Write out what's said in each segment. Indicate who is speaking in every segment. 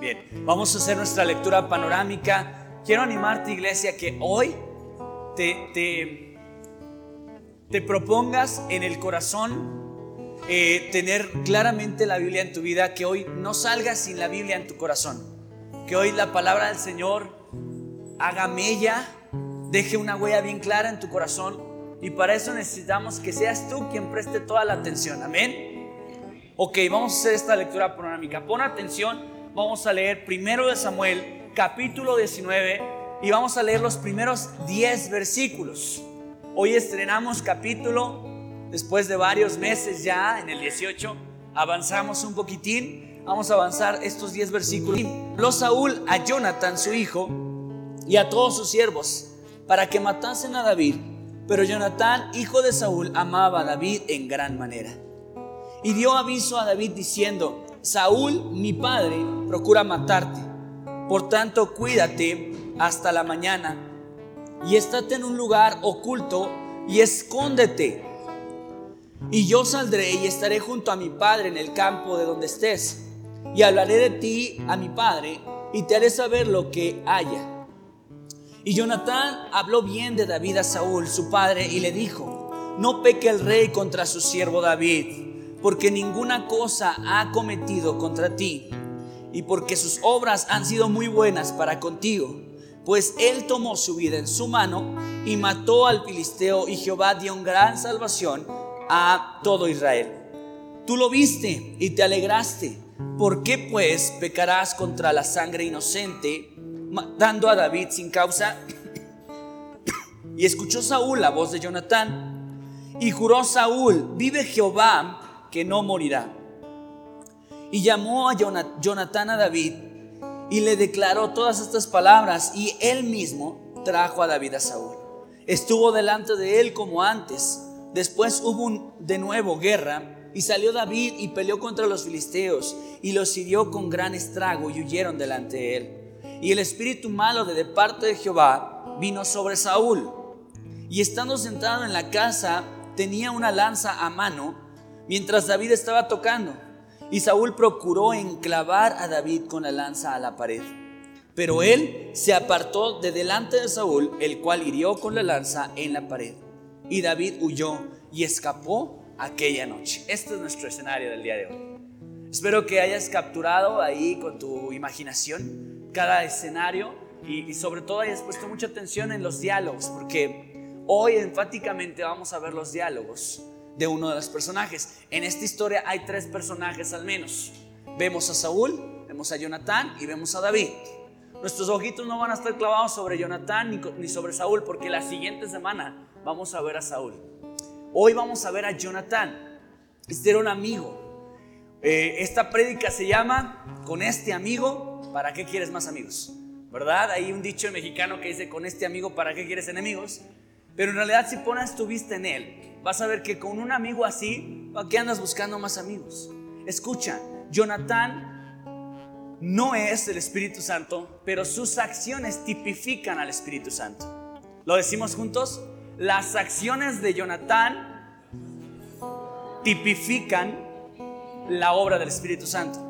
Speaker 1: Bien, vamos a hacer nuestra lectura panorámica. Quiero animarte, iglesia, que hoy te propongas en el corazón tener claramente la Biblia en tu vida, que hoy no salgas sin la Biblia en tu corazón, que hoy la palabra del Señor haga mella, deje una huella bien clara en tu corazón, y para eso necesitamos que seas tú quien preste toda la atención. Amén. Ok, vamos a hacer esta lectura panorámica. Pon atención, vamos a leer 1 Samuel capítulo 19 y vamos a leer los primeros 10 versículos. Hoy estrenamos capítulo, después de varios meses ya, en el 18, avanzamos un poquitín, vamos a avanzar estos 10 versículos. Habló Saúl a Jonatán su hijo y a todos sus siervos para que matasen a David, pero Jonatán, hijo de Saúl, amaba a David en gran manera. Y dio aviso a David diciendo: Saúl, mi padre, procura matarte. Por tanto, cuídate hasta la mañana y estate en un lugar oculto y escóndete. Y yo saldré y estaré junto a mi padre en el campo de donde estés. Y hablaré de ti a mi padre y te haré saber lo que haya. Y Jonatán habló bien de David a Saúl, su padre, y le dijo: no peque el rey contra su siervo David, porque ninguna cosa ha cometido contra ti, y porque sus obras han sido muy buenas para contigo, pues él tomó su vida en su mano y mató al filisteo, y Jehová dio gran salvación a todo Israel. Tú lo viste y te alegraste. ¿Por qué pues pecarás contra la sangre inocente, matando a David sin causa? Y escuchó Saúl la voz de Jonatán, y juró Saúl: vive Jehová, que no morirá. Y llamó a Jonatán a David y le declaró todas estas palabras, y él mismo trajo a David a Saúl. Estuvo delante de él como antes. Después hubo de nuevo guerra, y salió David y peleó contra los filisteos y los hirió con gran estrago, y huyeron delante de él. Y el espíritu malo de parte de Jehová vino sobre Saúl, y estando sentado en la casa tenía una lanza a mano mientras David estaba tocando. Y Saúl procuró enclavar a David con la lanza a la pared, pero él se apartó de delante de Saúl, el cual hirió con la lanza en la pared. Y David huyó y escapó aquella noche. Este es nuestro escenario del día de hoy. Espero que hayas capturado ahí con tu imaginación cada escenario y sobre todo hayas puesto mucha atención en los diálogos, porque hoy enfáticamente vamos a ver los diálogos de uno de los personajes. En esta historia hay 3 personajes al menos. Vemos a Saúl, vemos a Jonatán y vemos a David. Nuestros ojitos no van a estar clavados sobre Jonatán ni sobre Saúl, porque la siguiente semana vamos a ver a Saúl. Hoy vamos a ver a Jonatán. Este era un amigo. Esta prédica se llama: con este amigo, ¿para qué quieres más amigos? ¿Verdad? Hay un dicho mexicano que dice: con este amigo, ¿para qué quieres enemigos? Pero en realidad, si pones tu vista en él, vas a ver que con un amigo así, ¿para qué andas buscando más amigos? Escucha, Jonatán no es el Espíritu Santo, pero sus acciones tipifican al Espíritu Santo. ¿Lo decimos juntos? Las acciones de Jonatán tipifican la obra del Espíritu Santo.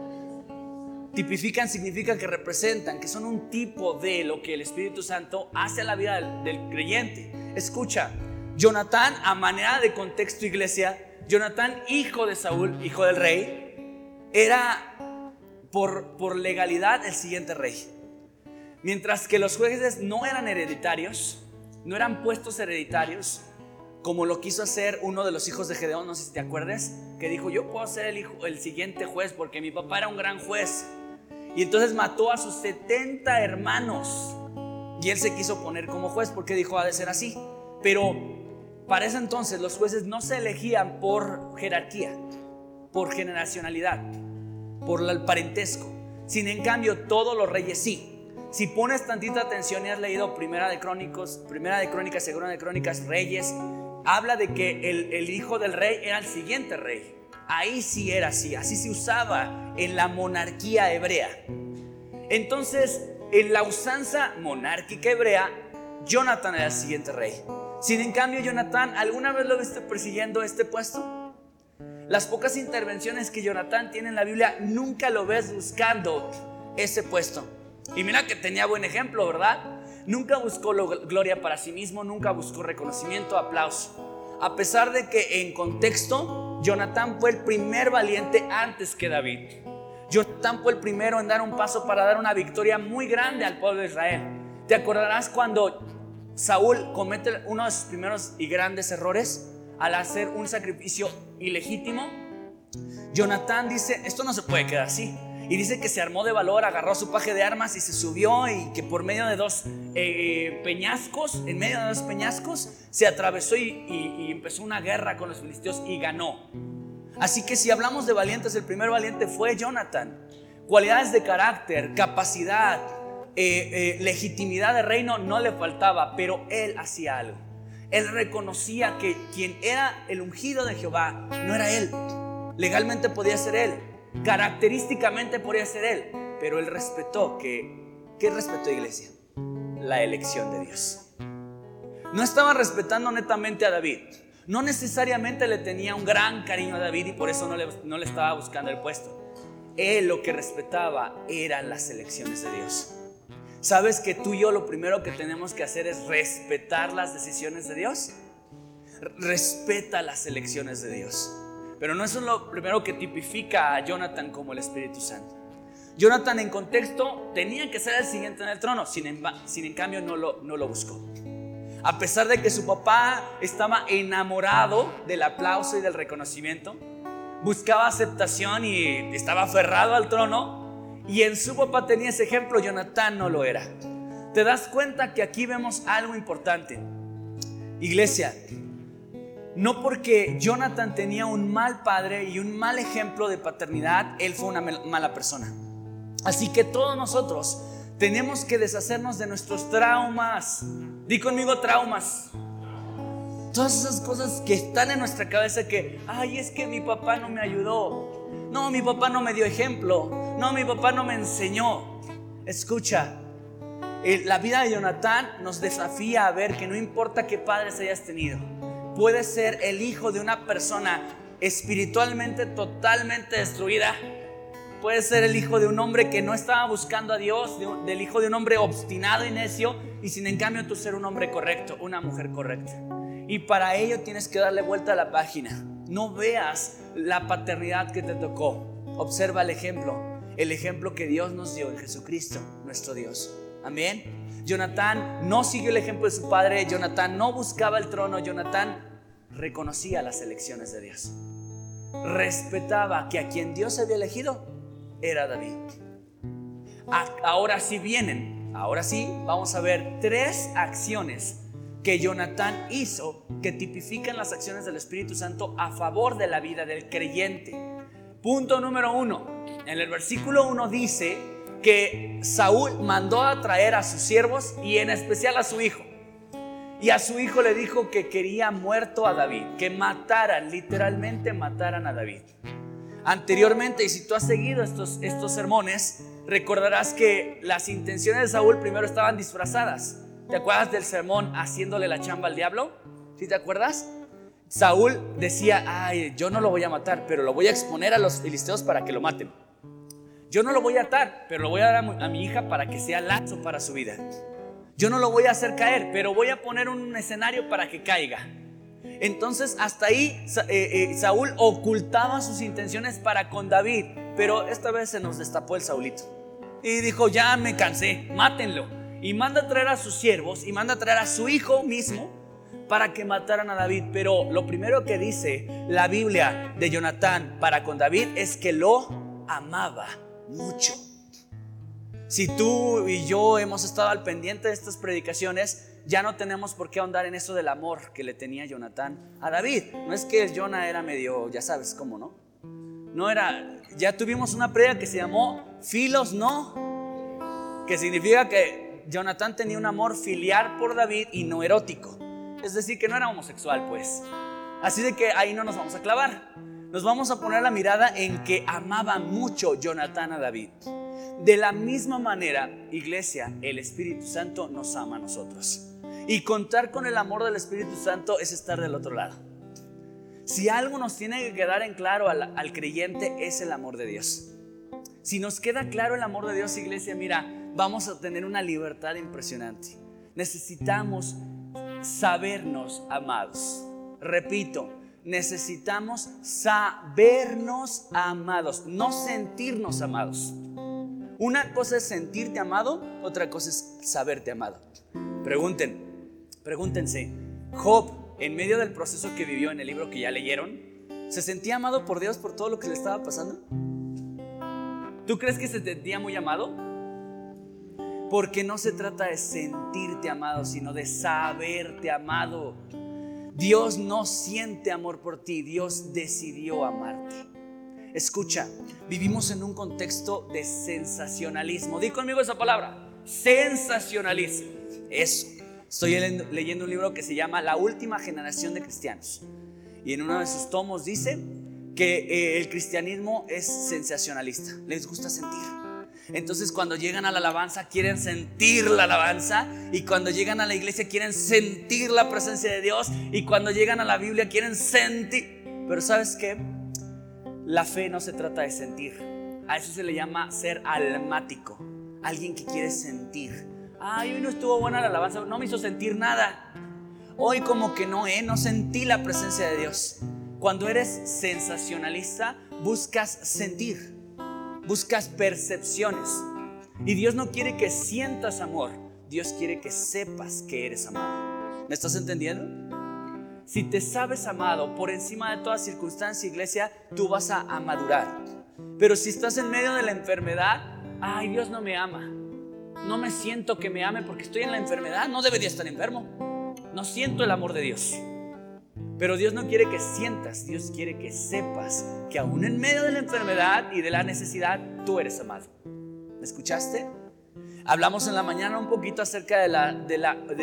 Speaker 1: Tipifican significa que representan, que son un tipo de lo que el Espíritu Santo hace a la vida del creyente. Escucha, Jonatán, a manera de contexto, iglesia, Jonatán, hijo de Saúl, hijo del rey, era por legalidad el siguiente rey. Mientras que los jueces no eran hereditarios, no eran puestos hereditarios, como lo quiso hacer uno de los hijos de Gedeón, no sé si te acuerdas, que dijo: yo puedo ser el siguiente juez porque mi papá era un gran juez. Y entonces mató a sus 70 hermanos y él se quiso poner como juez porque dijo: ha de ser así. Pero para ese entonces los jueces no se elegían por jerarquía, por generacionalidad, por el parentesco. Sin en cambio, todos los reyes sí. Si pones tantita atención y has leído Primera de Crónicas, Segunda de Crónicas, Reyes, habla de que el hijo del rey era el siguiente rey. Ahí sí era así, así se usaba en la monarquía hebrea. Entonces, en la usanza monárquica hebrea, Jonatán era el siguiente rey. Sin en cambio, Jonatán, ¿alguna vez lo viste persiguiendo este puesto? Las pocas intervenciones que Jonatán tiene en la Biblia, nunca lo ves buscando ese puesto. Y mira que tenía buen ejemplo, ¿verdad? Nunca buscó gloria para sí mismo, nunca buscó reconocimiento, aplauso. A pesar de que en contexto, Jonatán fue el primer valiente antes que David. Jonatán fue el primero en dar un paso para dar una victoria muy grande al pueblo de Israel. ¿Te acordarás cuando Saúl comete uno de sus primeros y grandes errores al hacer un sacrificio ilegítimo? Jonatán dice, esto no se puede quedar así. Y dice que se armó de valor, agarró su paje de armas y se subió, y que por medio de dos peñascos, en medio de dos peñascos, se atravesó y empezó una guerra con los filisteos y ganó. Así que si hablamos de valientes, el primer valiente fue Jonatán. Cualidades de carácter, capacidad, legitimidad de reino no le faltaba, pero él hacía algo. Él reconocía que quien era el ungido de Jehová no era él. Legalmente podía ser él, característicamente podía ser él, pero él respetó. ¿Qué respetó, iglesia? La elección de Dios. No estaba respetando netamente a David. No necesariamente le tenía un gran cariño a David y por eso no le estaba buscando el puesto. Él lo que respetaba eran las elecciones de Dios. ¿Sabes que tú y yo lo primero que tenemos que hacer es respetar las decisiones de Dios? Respeta las elecciones de Dios. Pero no es lo primero que tipifica a Jonatán como el Espíritu Santo. Jonatán, en contexto, tenía que ser el siguiente en el trono. Sin en cambio no lo buscó. A pesar de que su papá estaba enamorado del aplauso y del reconocimiento, buscaba aceptación y estaba aferrado al trono, y en su papá tenía ese ejemplo, Jonatán no lo era. ¿Te das cuenta que aquí vemos algo importante? Iglesia, no porque Jonatán tenía un mal padre y un mal ejemplo de paternidad, él fue una mala persona. Así que todos nosotros tenemos que deshacernos de nuestros traumas. Di conmigo, traumas. Todas esas cosas que están en nuestra cabeza que, ay, es que mi papá no me ayudó. No, mi papá no me dio ejemplo. No, mi papá no me enseñó. Escucha, la vida de Jonatán nos desafía a ver que no importa qué padres hayas tenido, puedes ser el hijo de una persona espiritualmente totalmente destruida. Puedes ser el hijo de un hombre que no estaba buscando a Dios, del hijo de un hombre obstinado y necio, y sin en cambio tú ser un hombre correcto, una mujer correcta. Y para ello tienes que darle vuelta a la página. No veas la paternidad que te tocó. Observa el ejemplo que Dios nos dio en Jesucristo, nuestro Dios. Amén. Jonatán no siguió el ejemplo de su padre. Jonatán no buscaba el trono. Jonatán reconocía las elecciones de Dios. Respetaba que a quien Dios había elegido era David. Ahora sí vamos a ver 3 acciones que Jonatán hizo que tipifican las acciones del Espíritu Santo a favor de la vida del creyente. Punto número 1. En el versículo 1 dice que Saúl mandó a traer a sus siervos y en especial a su hijo. Y a su hijo le dijo que quería muerto a David, que literalmente mataran a David. Anteriormente, y si tú has seguido estos sermones, recordarás que las intenciones de Saúl primero estaban disfrazadas. ¿Te acuerdas del sermón haciéndole la chamba al diablo? ¿Sí te acuerdas? Saúl decía, ay, yo no lo voy a matar, pero lo voy a exponer a los filisteos para que lo maten. Yo no lo voy a atar, pero lo voy a dar a mi hija para que sea lazo para su vida. Yo no lo voy a hacer caer, pero voy a poner un escenario para que caiga. Entonces hasta ahí Saúl ocultaba sus intenciones para con David, pero esta vez se nos destapó el Saulito y dijo, ya me cansé, mátenlo. Y manda a traer a sus siervos y manda a traer a su hijo mismo para que mataran a David. Pero lo primero que dice la Biblia de Jonatán para con David es que lo amaba mucho. Si tú y yo hemos estado al pendiente de estas predicaciones, ya no tenemos por qué ahondar en eso del amor que le tenía Jonatán a David. No es que Jonah era medio, ya sabes cómo, ¿no? No era, ya tuvimos una prédica que se llamó Filos No, que significa que Jonatán tenía un amor filial por David y no erótico. Es decir, que no era homosexual, pues. Así de que ahí no nos vamos a clavar. Nos vamos a poner la mirada en que amaba mucho Jonatán a David. De la misma manera, iglesia, el Espíritu Santo nos ama a nosotros. Y contar con el amor del Espíritu Santo es estar del otro lado. Si algo nos tiene que quedar en claro al creyente es el amor de Dios. Si nos queda claro el amor de Dios, iglesia, mira, vamos a tener una libertad impresionante. Necesitamos sabernos amados. Repito, necesitamos sabernos amados, no sentirnos amados. Una cosa es sentirte amado, otra cosa es saberte amado. Pregúntense, Job, en medio del proceso que vivió en el libro que ya leyeron, ¿se sentía amado por Dios por todo lo que le estaba pasando? ¿Tú crees que se sentía muy amado? Porque no se trata de sentirte amado, sino de saberte amado. Dios no siente amor por ti, Dios decidió amarte. Escucha, vivimos en un contexto de sensacionalismo. Di conmigo esa palabra, sensacionalismo. Eso. Estoy leyendo un libro que se llama La última generación de cristianos. Y en uno de sus tomos dice que el cristianismo es sensacionalista. Les gusta sentir. Entonces cuando llegan a la alabanza quieren sentir la alabanza, y cuando llegan a la iglesia quieren sentir la presencia de Dios, y cuando llegan a la Biblia quieren sentir. Pero ¿sabes qué? La fe no se trata de sentir. A eso se le llama ser almático. Alguien que quiere sentir. Ay, hoy no estuvo buena la alabanza, no me hizo sentir nada. Hoy como que no sentí la presencia de Dios. Cuando eres sensacionalista, buscas sentir, buscas percepciones. Y Dios no quiere que sientas amor, Dios quiere que sepas que eres amado. ¿Me estás entendiendo? Si te sabes amado por encima de toda circunstancia, iglesia, tú vas a madurar. Pero si estás en medio de la enfermedad, ay, Dios no me ama, no me siento que me ame porque estoy en la enfermedad, no debería estar enfermo, no siento el amor de Dios. Pero Dios no quiere que sientas, Dios quiere que sepas que aún en medio de la enfermedad y de la necesidad, tú eres amado. ¿Me escuchaste? Hablamos en la mañana un poquito acerca de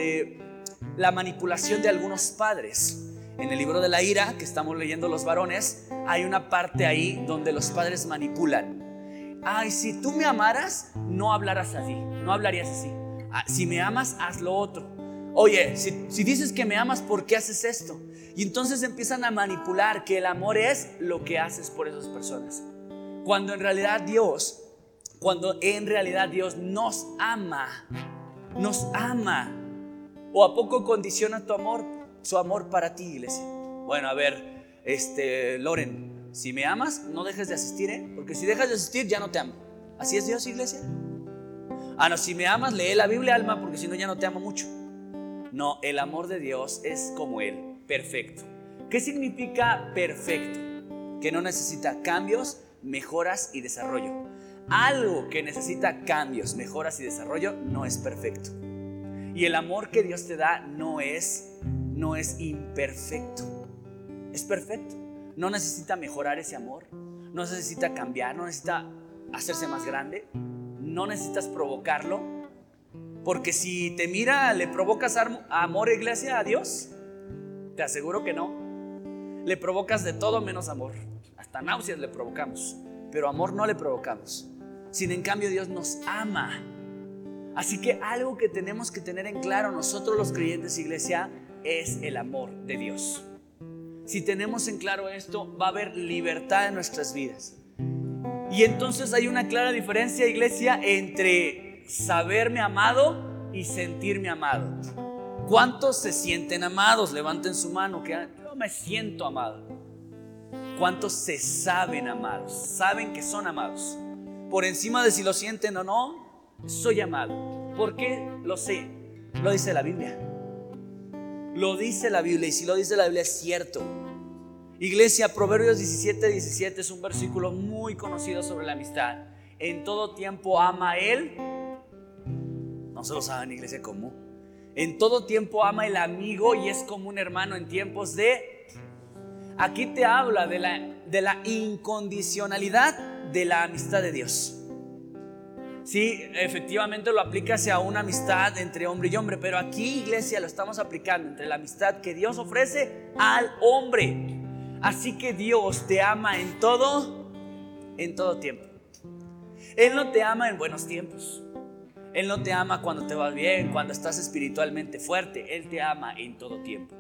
Speaker 1: la manipulación de algunos padres. En el libro de la ira, que estamos leyendo los varones, hay una parte ahí donde los padres manipulan. Ay, si tú me amaras, no hablaras así, no hablarías así. Si me amas, haz lo otro. Oye, si dices que me amas, ¿por qué haces esto? Y entonces empiezan a manipular que el amor es lo que haces por esas personas. Cuando en realidad Dios nos ama. Nos ama. ¿O a poco condiciona su amor para ti, iglesia? Bueno, a ver, Loren, si me amas, no dejes de asistir, porque si dejas de asistir, ya no te amo. ¿Así es Dios, iglesia? No, si me amas, lee la Biblia, alma, porque si no, ya no te amo mucho. No, el amor de Dios es como Él, perfecto. ¿Qué significa perfecto? Que no necesita cambios, mejoras y desarrollo. Algo que necesita cambios, mejoras y desarrollo no es perfecto. Y el amor que Dios te da no es imperfecto, es perfecto. No necesita mejorar ese amor, no necesita cambiar, no necesita hacerse más grande, no necesitas provocarlo. Porque si te mira, ¿le provocas amor, iglesia, a Dios? Te aseguro que no. Le provocas de todo menos amor. Hasta náuseas le provocamos, pero amor no le provocamos. Sin en cambio Dios nos ama. Así que algo que tenemos que tener en claro nosotros los creyentes, iglesia, es el amor de Dios. Si tenemos en claro esto, va a haber libertad en nuestras vidas. Y entonces hay una clara diferencia, iglesia, entre saberme amado y sentirme amado. ¿Cuántos se sienten amados? Levanten su mano, que yo me siento amado. ¿Cuántos se saben amados? Saben que son amados. Por encima de si lo sienten o no, soy amado. ¿Por qué? Lo sé. Lo dice la Biblia. Lo dice la Biblia, y si lo dice la Biblia es cierto. Iglesia, Proverbios 17:17 es un versículo muy conocido sobre la amistad. En todo tiempo ama a él. No se lo saben, iglesia, ¿cómo? En todo tiempo ama el amigo y es como un hermano en tiempos de... Aquí te habla de la incondicionalidad de la amistad de Dios. Sí, efectivamente lo aplica hacia una amistad entre hombre y hombre, pero aquí, iglesia, lo estamos aplicando entre la amistad que Dios ofrece al hombre. Así que Dios te ama en todo tiempo. Él no te ama en buenos tiempos. Él no te ama cuando te va bien, cuando estás espiritualmente fuerte. Él te ama en todo tiempo.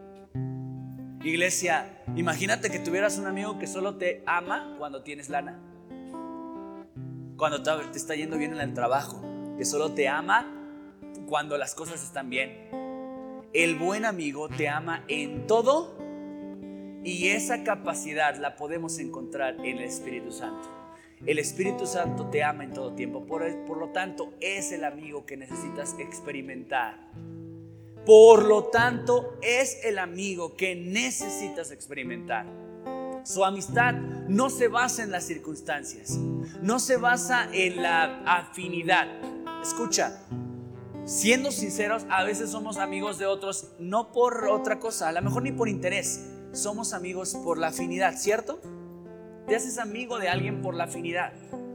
Speaker 1: Iglesia, imagínate que tuvieras un amigo que solo te ama cuando tienes lana. cuando te está yendo bien en el trabajo, que solo te ama cuando las cosas están bien. El buen amigo te ama en todo, y esa capacidad la podemos encontrar en el Espíritu Santo. El Espíritu Santo te ama en todo tiempo, por lo tanto es el amigo que necesitas experimentar. Por lo tanto es el amigo que necesitas experimentar. Su amistad no se basa en las circunstancias, no se basa en la afinidad. Escucha, siendo sinceros, a veces somos amigos de otros no por otra cosa, a lo mejor ni por interés. Somos amigos por la afinidad, ¿cierto? Te haces amigo de alguien por la afinidad.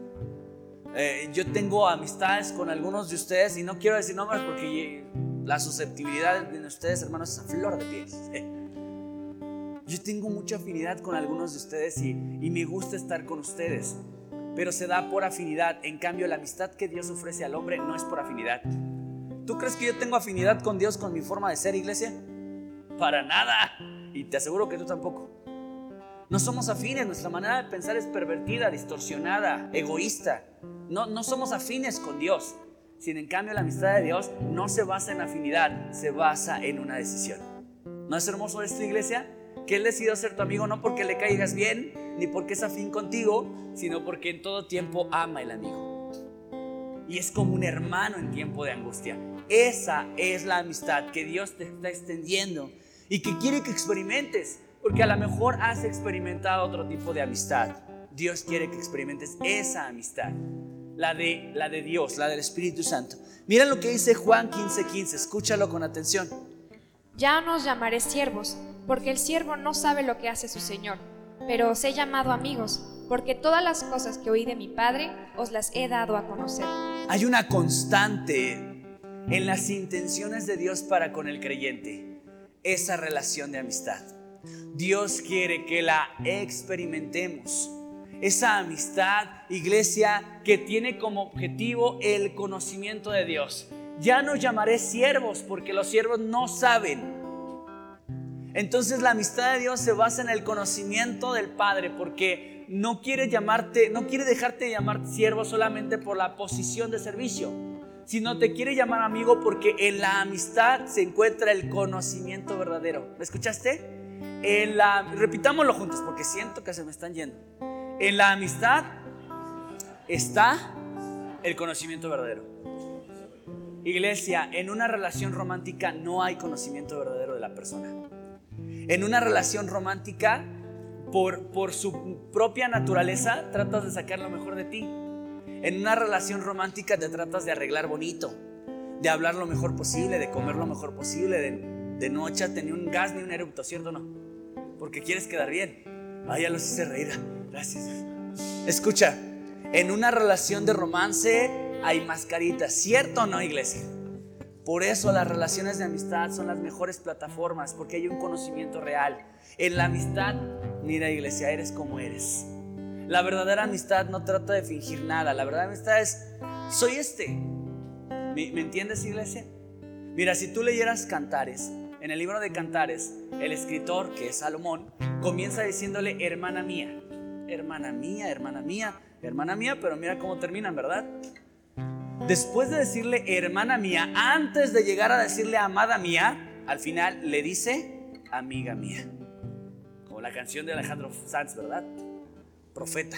Speaker 1: Yo tengo amistades con algunos de ustedes y no quiero decir nombres porque la susceptibilidad de ustedes, hermanos, es a flor de piel. Yo tengo mucha afinidad con algunos de ustedes y me gusta estar con ustedes, pero se da por afinidad. En cambio, la amistad que Dios ofrece al hombre no es por afinidad. ¿Tú crees que yo tengo afinidad con Dios con mi forma de ser, iglesia? Para nada. Y te aseguro que tú tampoco. No somos afines, nuestra manera de pensar es pervertida, distorsionada, egoísta. No somos afines con Dios. Sin en cambio, la amistad de Dios no se basa en afinidad, se basa en una decisión. ¿No es hermoso esto, iglesia? Que Él decidió ser tu amigo no porque le caigas bien, ni porque es afín contigo, sino porque en todo tiempo ama el amigo. Y es como un hermano en tiempo de angustia. Esa es la amistad que Dios te está extendiendo y que quiere que experimentes, porque a lo mejor has experimentado otro tipo de amistad. Dios quiere que experimentes esa amistad, la de Dios, la del Espíritu Santo. Mira lo que dice Juan 15:15, escúchalo con atención.
Speaker 2: Ya no os llamaré siervos, porque el siervo no sabe lo que hace su señor, pero os he llamado amigos, porque todas las cosas que oí de mi Padre os las he dado a conocer.
Speaker 1: Hay una constante en las intenciones de Dios para con el creyente, esa relación de amistad. Dios quiere que la experimentemos. Esa amistad, iglesia, que tiene como objetivo el conocimiento de Dios. Ya no llamaré siervos porque los siervos no saben. Entonces la amistad de Dios se basa en el conocimiento del Padre, porque no quiere dejarte llamar siervo solamente por la posición de servicio, sino te quiere llamar amigo porque en la amistad se encuentra el conocimiento verdadero. ¿Me escuchaste? Repitámoslo juntos porque siento que se me están yendo. En la amistad está el conocimiento verdadero. Iglesia, en una relación romántica no hay conocimiento verdadero de la persona. En una relación romántica, por su propia naturaleza, tratas de sacar lo mejor de ti. En una relación romántica te tratas de arreglar bonito, de hablar lo mejor posible, de comer lo mejor posible, de no echarte ni un gas ni un eructo, ¿cierto o no? Porque quieres quedar bien. Ay, ya los hice reír, gracias. Escucha, en una relación de romance hay mascaritas, ¿cierto o no, iglesia? Por eso las relaciones de amistad son las mejores plataformas, porque hay un conocimiento real. En la amistad, mira, iglesia, eres como eres. La verdadera amistad no trata de fingir nada. La verdadera amistad es, soy este. ¿Me entiendes, iglesia? Mira, si tú leyeras Cantares, en el libro de Cantares, el escritor, que es Salomón, comienza diciéndole hermana mía, hermana mía, hermana mía, hermana mía, pero mira cómo terminan, ¿verdad? Después de decirle hermana mía, antes de llegar a decirle amada mía, al final le dice amiga mía. Como la canción de Alejandro Sanz, ¿verdad? Profeta.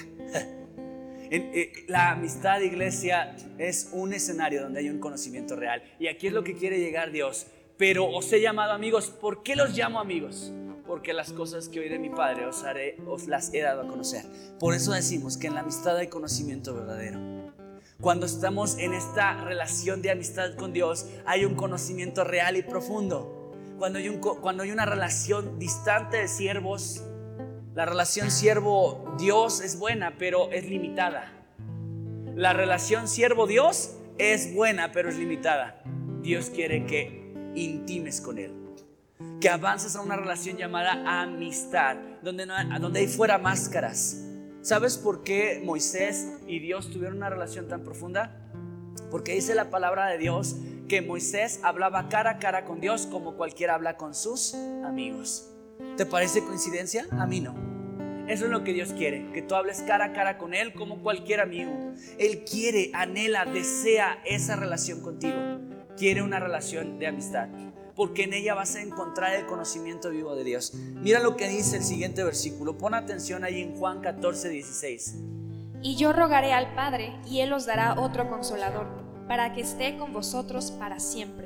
Speaker 1: La amistad, iglesia, es un escenario donde hay un conocimiento real. Y aquí es lo que quiere llegar Dios. Pero os he llamado amigos. ¿Por qué los llamo amigos? Porque las cosas que oí de mi Padre os las he dado a conocer. Por eso decimos que en la amistad hay conocimiento verdadero. Cuando estamos en esta relación de amistad con Dios, hay un conocimiento real y profundo. Cuando hay una relación distante de siervos, la relación siervo-Dios es buena, pero es limitada. La relación siervo-Dios es buena, pero es limitada. Dios quiere que intimes con Él, que avances a una relación llamada amistad, donde hay fuera máscaras. ¿Sabes por qué Moisés y Dios tuvieron una relación tan profunda? Porque dice la palabra de Dios que Moisés hablaba cara a cara con Dios como cualquiera habla con sus amigos. ¿Te parece coincidencia? A mí no. Eso es lo que Dios quiere, que tú hables cara a cara con Él como cualquier amigo. Él quiere, anhela, desea esa relación contigo. Quiere una relación de amistad, porque en ella vas a encontrar el conocimiento vivo de Dios. Mira lo que dice el siguiente versículo. Pon atención ahí en Juan 14:16.
Speaker 2: Y yo rogaré al Padre, y Él os dará otro consolador, para que esté con vosotros para siempre.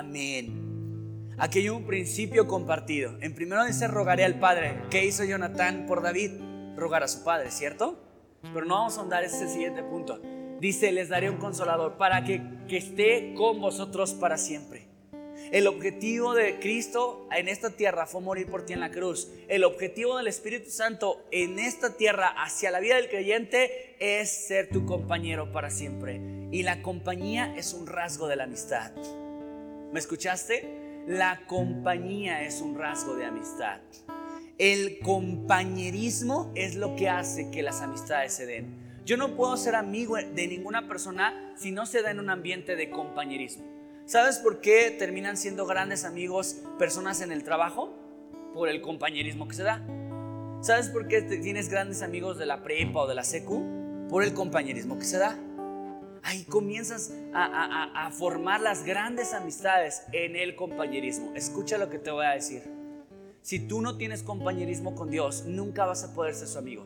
Speaker 1: Amén. Aquí hay un principio compartido. En primero dice rogaré al Padre. ¿Qué hizo Jonatán por David? Rogar a su padre, ¿cierto? Pero no vamos a ahondar, ese es el siguiente punto. Dice, les daré un consolador para que esté con vosotros para siempre. El objetivo de Cristo en esta tierra fue morir por ti en la cruz. El objetivo del Espíritu Santo en esta tierra hacia la vida del creyente es ser tu compañero para siempre. Y la compañía es un rasgo de la amistad. ¿Me escuchaste? La compañía es un rasgo de amistad. El compañerismo es lo que hace que las amistades se den. Yo no puedo ser amigo de ninguna persona si no se da en un ambiente de compañerismo. ¿Sabes por qué terminan siendo grandes amigos personas en el trabajo? Por el compañerismo que se da. ¿Sabes por qué tienes grandes amigos de la prepa o de la secu? Por el compañerismo que se da. Ahí comienzas a formar las grandes amistades en el compañerismo. Escucha lo que te voy a decir. Si tú no tienes compañerismo con Dios, nunca vas a poder ser su amigo.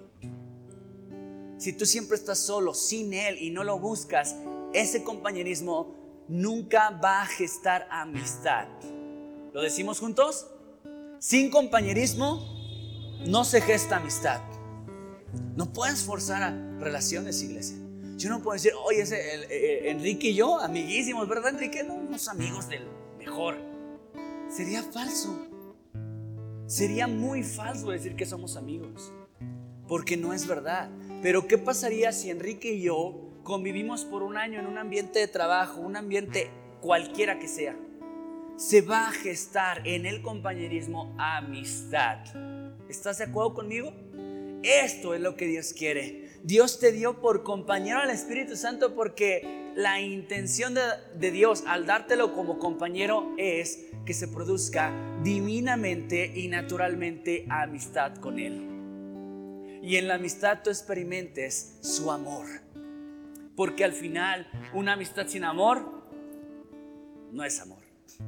Speaker 1: Si tú siempre estás solo, sin Él, y no lo buscas, ese compañerismo nunca va a gestar amistad. ¿Lo decimos juntos? Sin compañerismo no se gesta amistad. No puedes forzar a relaciones, iglesia. Yo no puedo decir, oye, Enrique y yo, amiguísimos, ¿verdad, Enrique? No, unos amigos del mejor. Sería falso. Sería muy falso decir que somos amigos, porque no es verdad. Pero ¿qué pasaría si Enrique y yo convivimos por un año en un ambiente de trabajo, un ambiente cualquiera que sea? Se va a gestar en el compañerismo amistad. ¿Estás de acuerdo conmigo? Esto es lo que Dios quiere. Dios te dio por compañero al Espíritu Santo porque la intención de Dios al dártelo como compañero es que se produzca divinamente y naturalmente amistad con Él. Y en la amistad tú experimentes su amor. Porque al final una amistad sin amor no es amor.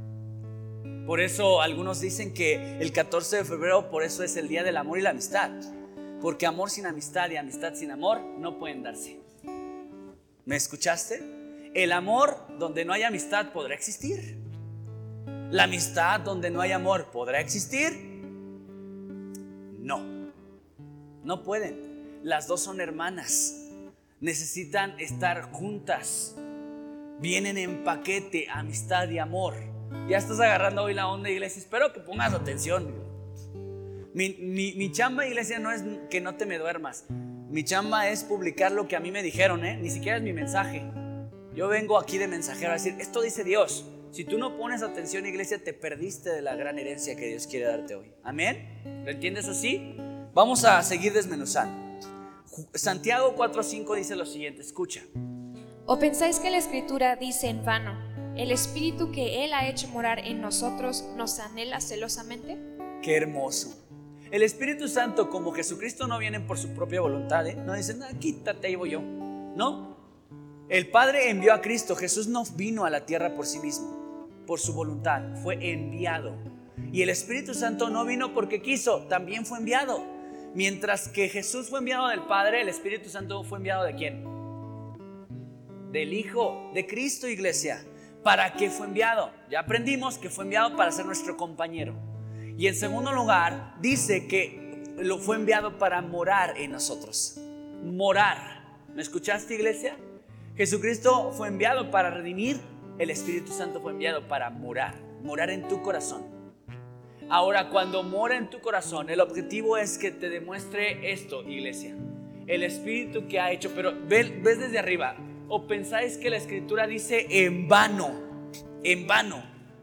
Speaker 1: Por eso algunos dicen que el 14 de febrero por eso es el día del amor y la amistad. Porque amor sin amistad y amistad sin amor no pueden darse. ¿Me escuchaste? El amor donde no hay amistad podrá existir. La amistad donde no hay amor podrá existir. No pueden. Las dos son hermanas. Necesitan estar juntas. Vienen en paquete, amistad y amor. Ya estás agarrando hoy la onda, iglesia. Espero que pongas atención. Mi chamba, iglesia, no es que no te me duermas. Mi chamba es publicar lo que a mí me dijeron, Ni siquiera es mi mensaje. Yo vengo aquí de mensajero a decir, esto dice Dios. Si tú no pones atención, iglesia, te perdiste de la gran herencia que Dios quiere darte hoy. ¿Amén? ¿Lo entiendes así? Vamos a seguir desmenuzando. Santiago 4:5 dice lo siguiente, escucha.
Speaker 2: ¿O pensáis que la Escritura dice en vano, el Espíritu que Él ha hecho morar en nosotros nos anhela celosamente?
Speaker 1: Qué hermoso. El Espíritu Santo, como Jesucristo no viene por su propia voluntad, no dice, no, quítate, ahí voy yo. No. El Padre envió a Cristo. Jesús no vino a la tierra por sí mismo, por su voluntad. Fue enviado. Y el Espíritu Santo no vino porque quiso, también fue enviado. Mientras que Jesús fue enviado del Padre, el Espíritu Santo fue enviado ¿de quién? Del Hijo, de Cristo, iglesia. ¿Para qué fue enviado? Ya aprendimos que fue enviado para ser nuestro compañero. Y en segundo lugar, dice que lo fue enviado para morar en nosotros. Morar. ¿Me escuchaste, iglesia? Jesucristo fue enviado para redimir. El Espíritu Santo fue enviado para morar. Morar en tu corazón. Ahora, cuando mora en tu corazón, el objetivo es que te demuestre esto, iglesia. El Espíritu que ha hecho. Pero ves desde arriba. ¿O pensáis que la Escritura dice en vano? En vano.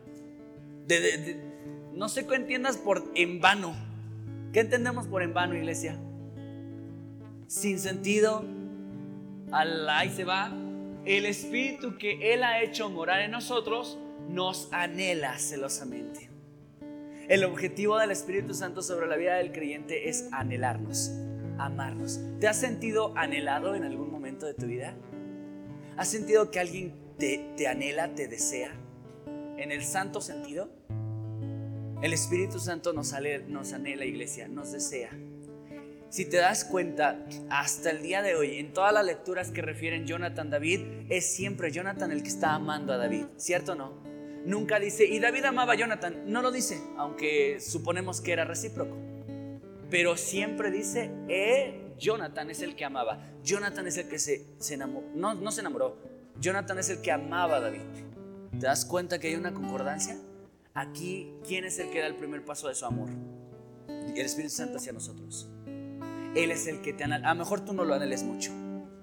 Speaker 1: No sé qué entiendas por en vano. ¿Qué entendemos por en vano, iglesia? Sin sentido. Ahí se va. El Espíritu que Él ha hecho morar en nosotros nos anhela celosamente. El objetivo del Espíritu Santo sobre la vida del creyente es anhelarnos. amarnos. ¿Te has sentido anhelado en algún momento de tu vida? ¿Has sentido que alguien te anhela, te desea? En el santo sentido. El Espíritu Santo nos anhela, iglesia, nos desea. Si te das cuenta, hasta el día de hoy, en todas las lecturas que refieren Jonathan, David, es siempre Jonathan el que está amando a David, ¿cierto o no? Nunca dice, y David amaba a Jonathan, no lo dice, aunque suponemos que era recíproco. Pero siempre dice, Jonathan es el que amaba. Jonathan es el que se enamoró, no se enamoró. Jonathan es el que amaba a David. ¿Te das cuenta que hay una concordancia? Aquí, ¿quién es el que da el primer paso de su amor? El Espíritu Santo hacia nosotros. Él es el que te anhela. A lo mejor tú no lo anheles mucho.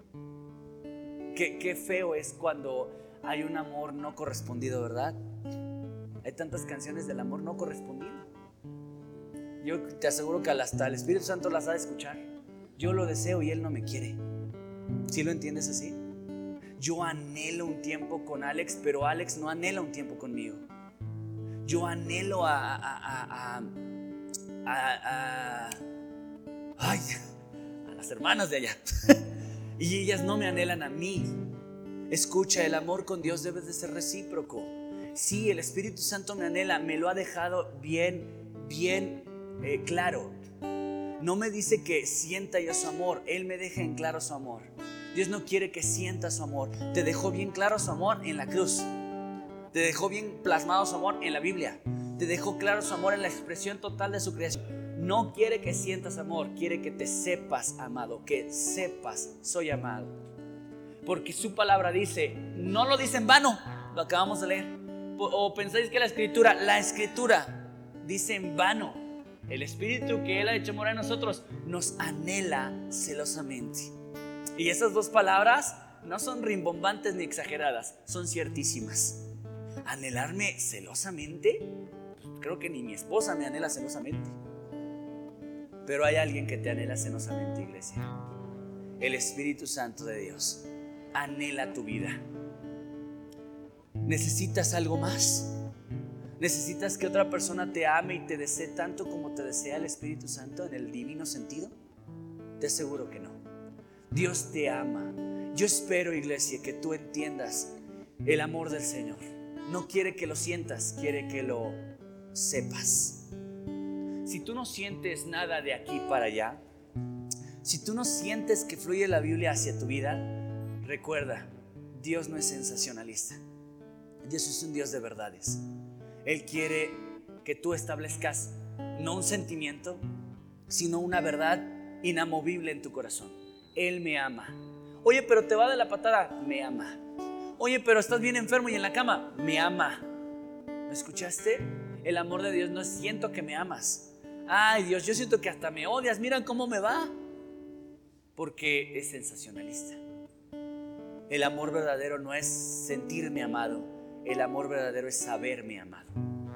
Speaker 1: Qué feo es cuando hay un amor no correspondido, ¿verdad? Hay tantas canciones del amor no correspondido. Yo te aseguro que hasta el Espíritu Santo las ha de escuchar. Yo lo deseo y Él no me quiere. ¿Sí lo entiendes así? Yo anhelo un tiempo con Alex, pero Alex no anhela un tiempo conmigo. Yo anhelo a las hermanas de allá y ellas no me anhelan a mí. Escucha, el amor con Dios debe de ser recíproco. Sí, el Espíritu Santo me anhela, me lo ha dejado bien claro. No me dice que sienta yo su amor, Él me deja en claro su amor. Dios no quiere que sienta su amor. Te dejó bien claro su amor en la cruz. Te dejó bien plasmado su amor en la Biblia. Te dejó claro su amor en la expresión total de su creación. No quiere que sientas amor, quiere que te sepas amado, que sepas, soy amado. Porque su palabra dice, no lo dice en vano, lo acabamos de leer. O pensáis que la escritura dice en vano. El Espíritu que Él ha hecho morar en nosotros nos anhela celosamente. Y esas dos palabras no son rimbombantes ni exageradas, son ciertísimas. ¿Anhelarme celosamente? Creo que ni mi esposa me anhela celosamente. Pero hay alguien que te anhela celosamente, iglesia. El Espíritu Santo de Dios anhela tu vida. ¿Necesitas algo más? ¿Necesitas que otra persona te ame y te desee tanto como te desea el Espíritu Santo en el divino sentido? Te aseguro que no. Dios te ama. Yo espero, iglesia, que tú entiendas el amor del Señor. No quiere que lo sientas, quiere que lo sepas. Si tú no sientes nada de aquí para allá, si tú no sientes que fluye la Biblia hacia tu vida, recuerda, Dios no es sensacionalista. Dios es un Dios de verdades. Él quiere que tú establezcas no un sentimiento, sino una verdad inamovible en tu corazón. Él me ama. Oye, pero te va de la patada, me ama. Oye, pero estás bien enfermo y en la cama, me ama. ¿Me escuchaste? El amor de Dios no es siento que me amas. Ay, Dios, yo siento que hasta me odias, mira cómo me va. Porque es sensacionalista. El amor verdadero no es sentirme amado. El amor verdadero es saberme amado.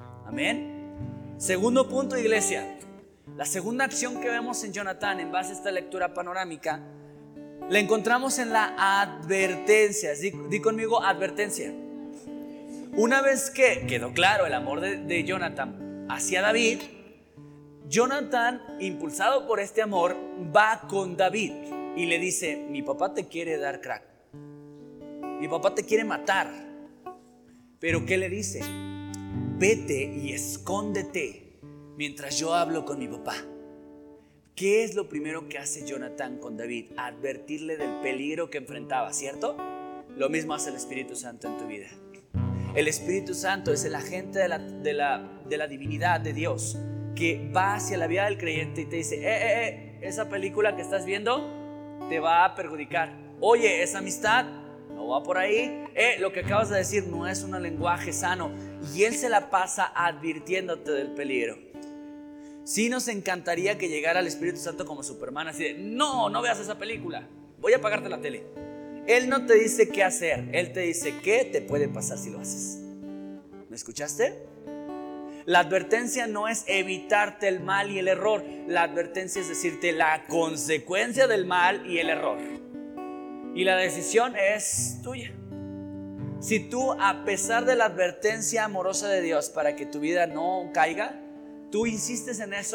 Speaker 1: Amén. Segundo punto, iglesia. La segunda acción que vemos en Jonathan en base a esta lectura panorámica la encontramos en la advertencia. Di conmigo, advertencia. Una vez que quedó claro el amor de Jonathan hacia David, Jonathan, impulsado por este amor, va con David y le dice: mi papá te quiere dar crack, mi papá te quiere matar. Pero ¿qué le dice? Vete y escóndete mientras yo hablo con mi papá. ¿Qué es lo primero que hace Jonathan con David? Advertirle del peligro que enfrentaba, ¿cierto? Lo mismo hace el Espíritu Santo en tu vida. El Espíritu Santo es el agente de la divinidad de Dios, que va hacia la vida del creyente y te dice: esa película que estás viendo te va a perjudicar. Oye, esa amistad no va por ahí. Lo que acabas de decir no es un lenguaje sano. Y Él se la pasa advirtiéndote del peligro. Sí nos encantaría que llegara el Espíritu Santo como Superman, así de: no veas esa película, voy a apagarte la tele. Él no te dice qué hacer, Él te dice qué te puede pasar si lo haces. ¿Me escuchaste? La advertencia no es evitarte el mal y el error. La advertencia es decirte la consecuencia del mal y el error. Y la decisión es tuya. Si tú, a pesar de la advertencia amorosa de Dios para que tu vida no caiga, tú insistes en eso,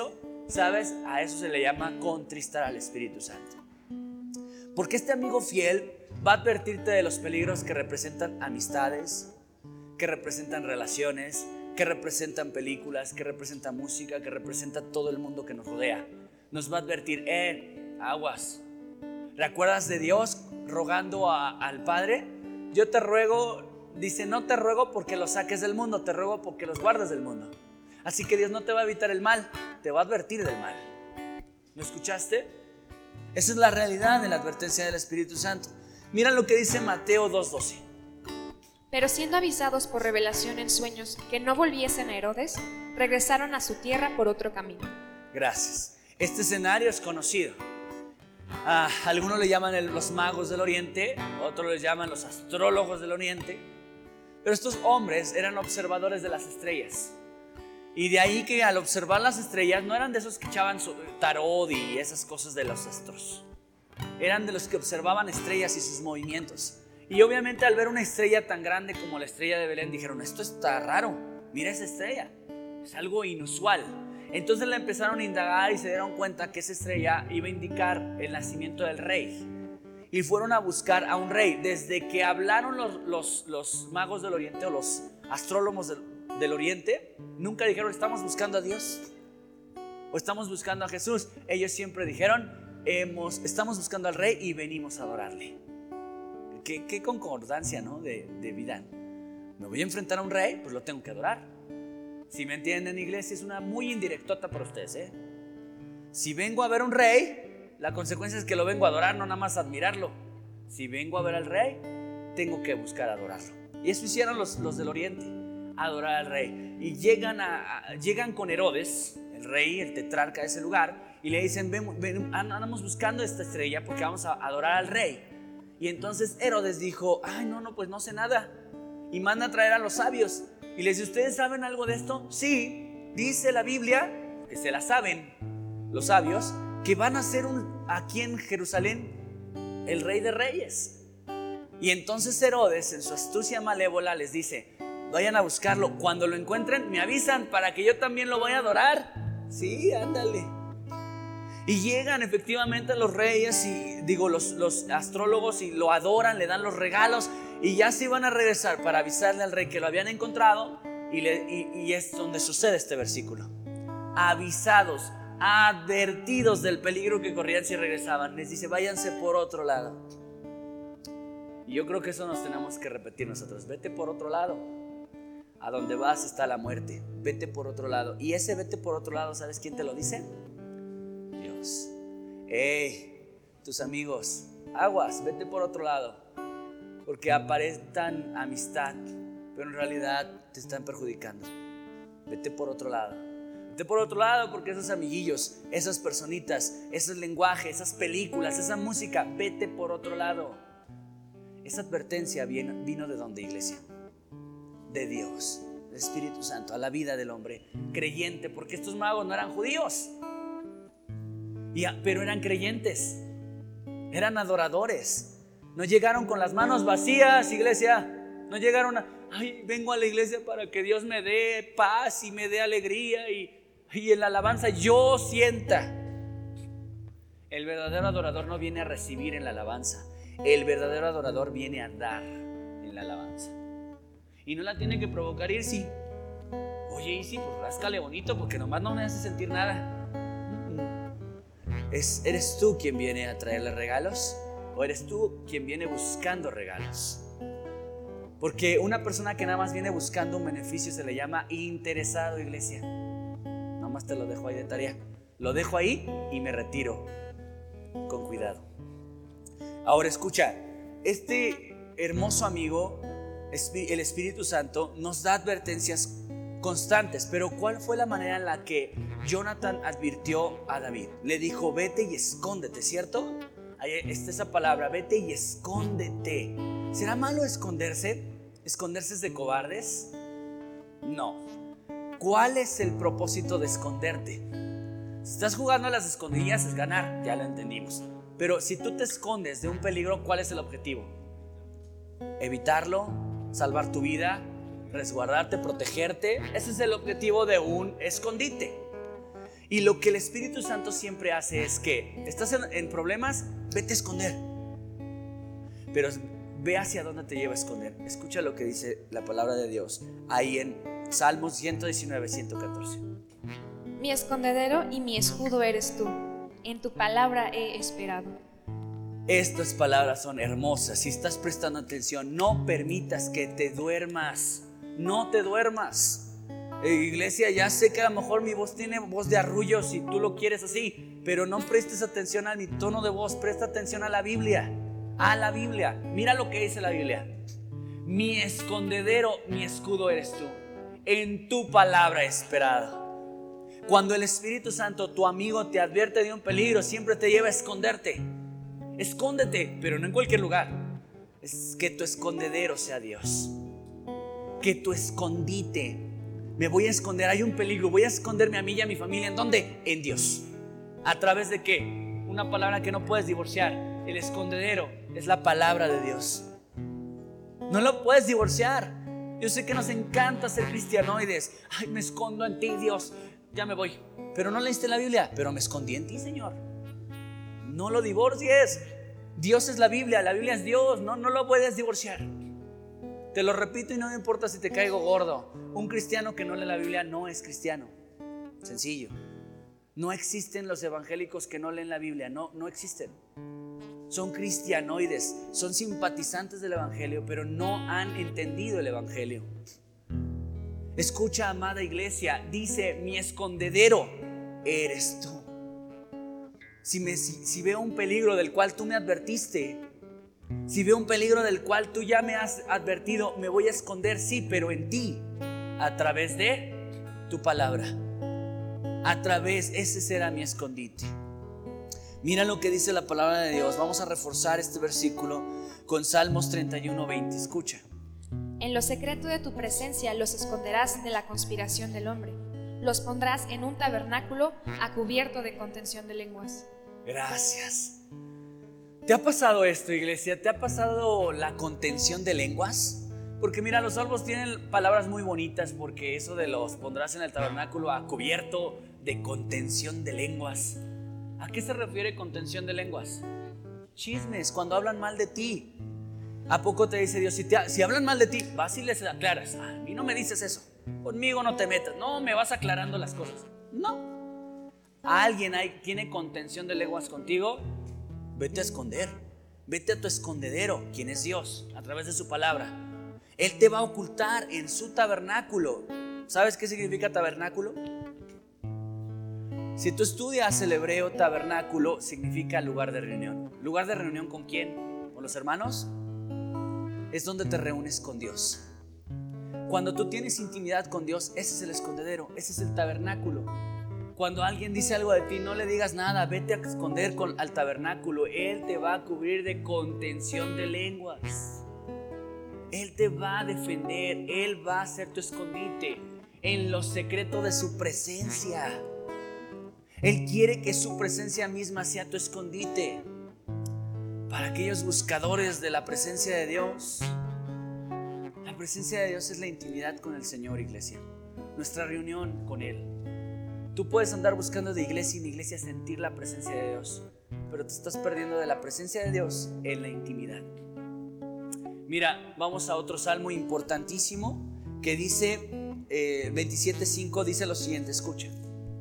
Speaker 1: ¿Sabes? A eso se le llama contristar al Espíritu Santo. Porque este amigo fiel va a advertirte de los peligros que representan amistades, que representan relaciones, que representan películas, que representan música, que representa todo el mundo que nos rodea. Nos va a advertir, aguas. ¿Recuerdas de Dios rogando al Padre? Yo te ruego, dice, no te ruego porque los saques del mundo, te ruego porque los guardes del mundo. Así que Dios no te va a evitar el mal, te va a advertir del mal. ¿Lo escuchaste? Esa es la realidad de la advertencia del Espíritu Santo. Mira lo que dice Mateo 2:12.
Speaker 2: Pero siendo avisados por revelación en sueños que no volviesen a Herodes, regresaron a su tierra por otro camino.
Speaker 1: Gracias. Este escenario es conocido. Algunos le llaman los magos del oriente, otros le llaman los astrólogos del oriente. Pero estos hombres eran observadores de las estrellas. Y de ahí que al observar las estrellas no eran de esos que echaban tarot y esas cosas de los astros. Eran de los que observaban estrellas y sus movimientos. Y obviamente al ver una estrella tan grande como la estrella de Belén dijeron, esto está raro, mira esa estrella, es algo inusual. Entonces la empezaron a indagar y se dieron cuenta que esa estrella iba a indicar el nacimiento del rey. Y fueron a buscar a un rey. Desde que hablaron los magos del oriente o los astrólogos del oriente, nunca dijeron estamos buscando a Dios o estamos buscando a Jesús. Ellos siempre dijeron estamos buscando al rey y venimos a adorarle. Qué concordancia, ¿no? de vida. Me voy a enfrentar a un rey, pues lo tengo que adorar. Si me entienden, iglesia, es una muy indirectota para ustedes, Si vengo a ver un rey, la consecuencia es que lo vengo a adorar, no nada más a admirarlo. Si vengo a ver al rey, tengo que buscar adorarlo. Y eso hicieron los del oriente, adorar al rey. Y llegan con Herodes, el rey, el tetrarca de ese lugar, y le dicen, andamos buscando esta estrella porque vamos a adorar al rey. Y entonces Herodes dijo, no, pues no sé nada. Y manda a traer a los sabios. Y les dice, ¿ustedes saben algo de esto? Sí, dice la Biblia, que se la saben los sabios, que van a ser aquí en Jerusalén el rey de reyes. Y entonces Herodes, en su astucia malévola, les dice, vayan a buscarlo. Cuando lo encuentren, me avisan para que yo también lo vaya a adorar. Sí, ándale. Y llegan efectivamente los reyes los astrólogos y lo adoran, le dan los regalos y ya se iban a regresar para avisarle al rey que lo habían encontrado y es donde sucede este versículo. Avisados, advertidos del peligro que corrían si regresaban, les dice váyanse por otro lado. Y yo creo que eso nos tenemos que repetir nosotros, vete por otro lado. A donde vas está la muerte, vete por otro lado. Y ese vete por otro lado, ¿sabes quién te lo dice? Dios. Tus amigos, aguas, vete por otro lado, porque aparentan amistad, pero en realidad te están perjudicando. Vete por otro lado. Vete por otro lado porque esos amiguillos, esas personitas, esos lenguajes, esas películas, esa música, vete por otro lado. Esa advertencia vino ¿de dónde, iglesia? De Dios, del Espíritu Santo, a la vida del hombre creyente, porque estos magos no eran judíos, pero eran creyentes, eran adoradores. No llegaron con las manos vacías, iglesia. No llegaron vengo a la iglesia para que Dios me dé paz y me dé alegría y en la alabanza yo sienta. El verdadero adorador no viene a recibir en la alabanza. El verdadero adorador viene a dar en la alabanza. Y no la tiene que provocar Irsi. Oye, Irsi, pues ráscale bonito porque nomás no me hace sentir nada. ¿Eres tú quien viene a traerle regalos? ¿O eres tú quien viene buscando regalos? Porque una persona que nada más viene buscando un beneficio se le llama interesado, iglesia. Nomás te lo dejo ahí de tarea. Lo dejo ahí y me retiro. Con cuidado. Ahora escucha, este hermoso amigo, el Espíritu Santo, nos da advertencias constantes. Pero ¿cuál fue la manera en la que Jonathan advirtió a David? Le dijo, vete y escóndete, ¿cierto? Ahí está esa palabra, vete y escóndete. ¿Será malo esconderse? ¿Esconderse es de cobardes? No. ¿Cuál es el propósito de esconderte? Si estás jugando a las escondidillas es ganar, ya lo entendimos. Pero si tú te escondes de un peligro, ¿cuál es el objetivo? Evitarlo, salvar tu vida, resguardarte, protegerte. Ese es el objetivo de un escondite. Y lo que el Espíritu Santo siempre hace es que estás en problemas, vete a esconder. Pero ve hacia dónde te lleva a esconder. Escucha lo que dice la palabra de Dios ahí en Salmos 119, 114.
Speaker 2: Mi escondedero y mi escudo eres tú. En tu palabra he esperado.
Speaker 1: Estas palabras son hermosas. Si estás prestando atención, no permitas que te duermas. No te duermas. Iglesia, ya sé que a lo mejor mi voz tiene voz de arrullo si tú lo quieres así, pero no prestes atención a mi tono de voz. Presta atención a la Biblia. A la Biblia. Mira lo que dice la Biblia. Mi escondedero, mi escudo eres tú. En tu palabra he esperado. Cuando el Espíritu Santo, tu amigo, te advierte de un peligro, siempre te lleva a esconderte. Escóndete, pero no en cualquier lugar. Es que tu escondedero sea Dios. Que tu escondite. Me voy a esconder, hay un peligro. Voy a esconderme a mí y a mi familia. ¿En dónde? En Dios. ¿A través de qué? Una palabra que no puedes divorciar. El escondedero es la palabra de Dios. No lo puedes divorciar. Yo sé que nos encanta ser cristianoides. Ay, me escondo en ti, Dios. Ya me voy. Pero no leíste la Biblia. Pero me escondí en ti, Señor. No lo divorcies. Dios es la Biblia es Dios. No lo puedes divorciar. Te lo repito y no me importa si te caigo gordo. Un cristiano que no lee la Biblia no es cristiano. Sencillo. No existen los evangélicos que no leen la Biblia. No existen. Son cristianoides, son simpatizantes del evangelio, pero no han entendido el evangelio. Escucha, amada iglesia, dice: mi escondedero eres tú. Si veo un peligro del cual tú me advertiste, si veo un peligro del cual tú ya me has advertido, me voy a esconder, sí, pero en ti, a través de tu palabra. Ese será mi escondite. Mira lo que dice la palabra de Dios. Vamos a reforzar este versículo con Salmos 31, 20. Escucha.
Speaker 2: En lo secreto de tu presencia los esconderás de la conspiración del hombre. Los pondrás en un tabernáculo a cubierto de contención de lenguas.
Speaker 1: Gracias. ¿Te ha pasado esto, iglesia? ¿Te ha pasado la contención de lenguas? Porque mira, los salmos tienen palabras muy bonitas, porque eso de los pondrás en el tabernáculo a cubierto de contención de lenguas. ¿A qué se refiere contención de lenguas? Chismes, cuando hablan mal de ti. ¿A poco te dice Dios, si hablan mal de ti, vas y les aclaras? A mí no me dices eso, conmigo no te metas, no me vas aclarando las cosas? No. ¿Alguien tiene contención de lenguas contigo? Vete a esconder, vete a tu escondedero, quien es Dios, a través de su palabra. Él te va a ocultar en su tabernáculo. ¿Sabes qué significa tabernáculo? Si tú estudias el hebreo, tabernáculo significa lugar de reunión. ¿Lugar de reunión con quién? ¿Con los hermanos? Es donde te reúnes con Dios. Cuando tú tienes intimidad con Dios, ese es el escondedero, ese es el tabernáculo. Cuando alguien dice algo de ti, no le digas nada, vete a esconder al tabernáculo. Él te va a cubrir de contención de lenguas. Él te va a defender, Él va a ser tu escondite en lo secreto de su presencia. Él quiere que su presencia misma sea tu escondite. Para aquellos buscadores de la presencia de Dios, la presencia de Dios es la intimidad con el Señor, iglesia. Nuestra reunión con Él. Tú puedes andar buscando de iglesia en iglesia sentir la presencia de Dios, pero te estás perdiendo de la presencia de Dios en la intimidad. Mira, vamos a otro salmo importantísimo que dice 27:5, dice lo siguiente, escucha.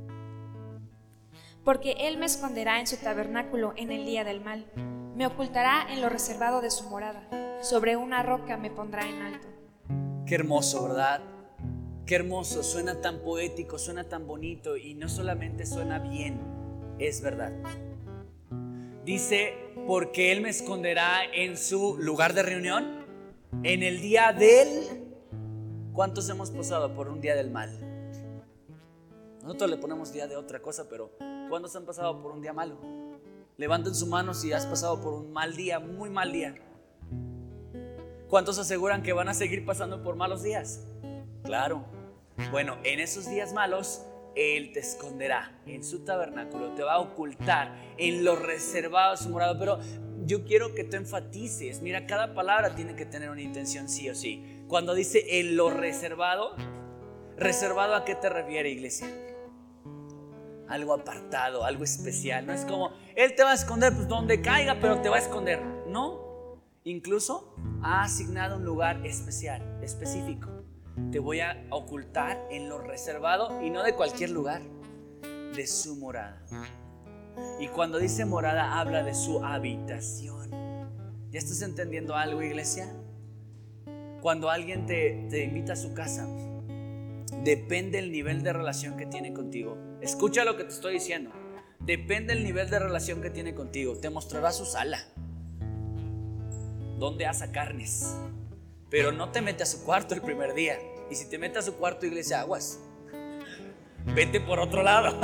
Speaker 2: Porque Él me esconderá en su tabernáculo en el día del mal. Me ocultará en lo reservado de su morada. Sobre una roca me pondrá en alto.
Speaker 1: Qué hermoso, ¿verdad? Qué hermoso, suena tan poético, suena tan bonito, y no solamente suena bien, es verdad. Dice, porque Él me esconderá en su lugar de reunión, en el día del... ¿Cuántos hemos pasado por un día del mal? Nosotros le ponemos día de otra cosa, pero ¿cuántos han pasado por un día malo? Levanten sus manos si has pasado por un mal día, muy mal día. ¿Cuántos aseguran que van a seguir pasando por malos días? Claro. Bueno, en esos días malos, Él te esconderá en su tabernáculo, te va a ocultar en lo reservado de su morada. Pero yo quiero que tú enfatices, mira, cada palabra tiene que tener una intención sí o sí. Cuando dice en lo reservado, ¿reservado a qué te refiere, iglesia? algo apartado, algo especial. No es como, Él te va a esconder pues donde caiga, pero te va a esconder. No, incluso ha asignado un lugar especial, específico. Te voy a ocultar en lo reservado, y no de cualquier lugar, de su morada. Y cuando dice morada, habla de su habitación. ¿Ya estás entendiendo algo, iglesia? Cuando alguien te invita a su casa, depende el nivel de relación que tiene contigo. Escucha lo que te estoy diciendo. Depende el nivel de relación que tiene contigo. Te mostrará su sala, donde asa carnes, pero no te mete a su cuarto el primer día. Y si te mete a su cuarto, iglesia, aguas, vete por otro lado.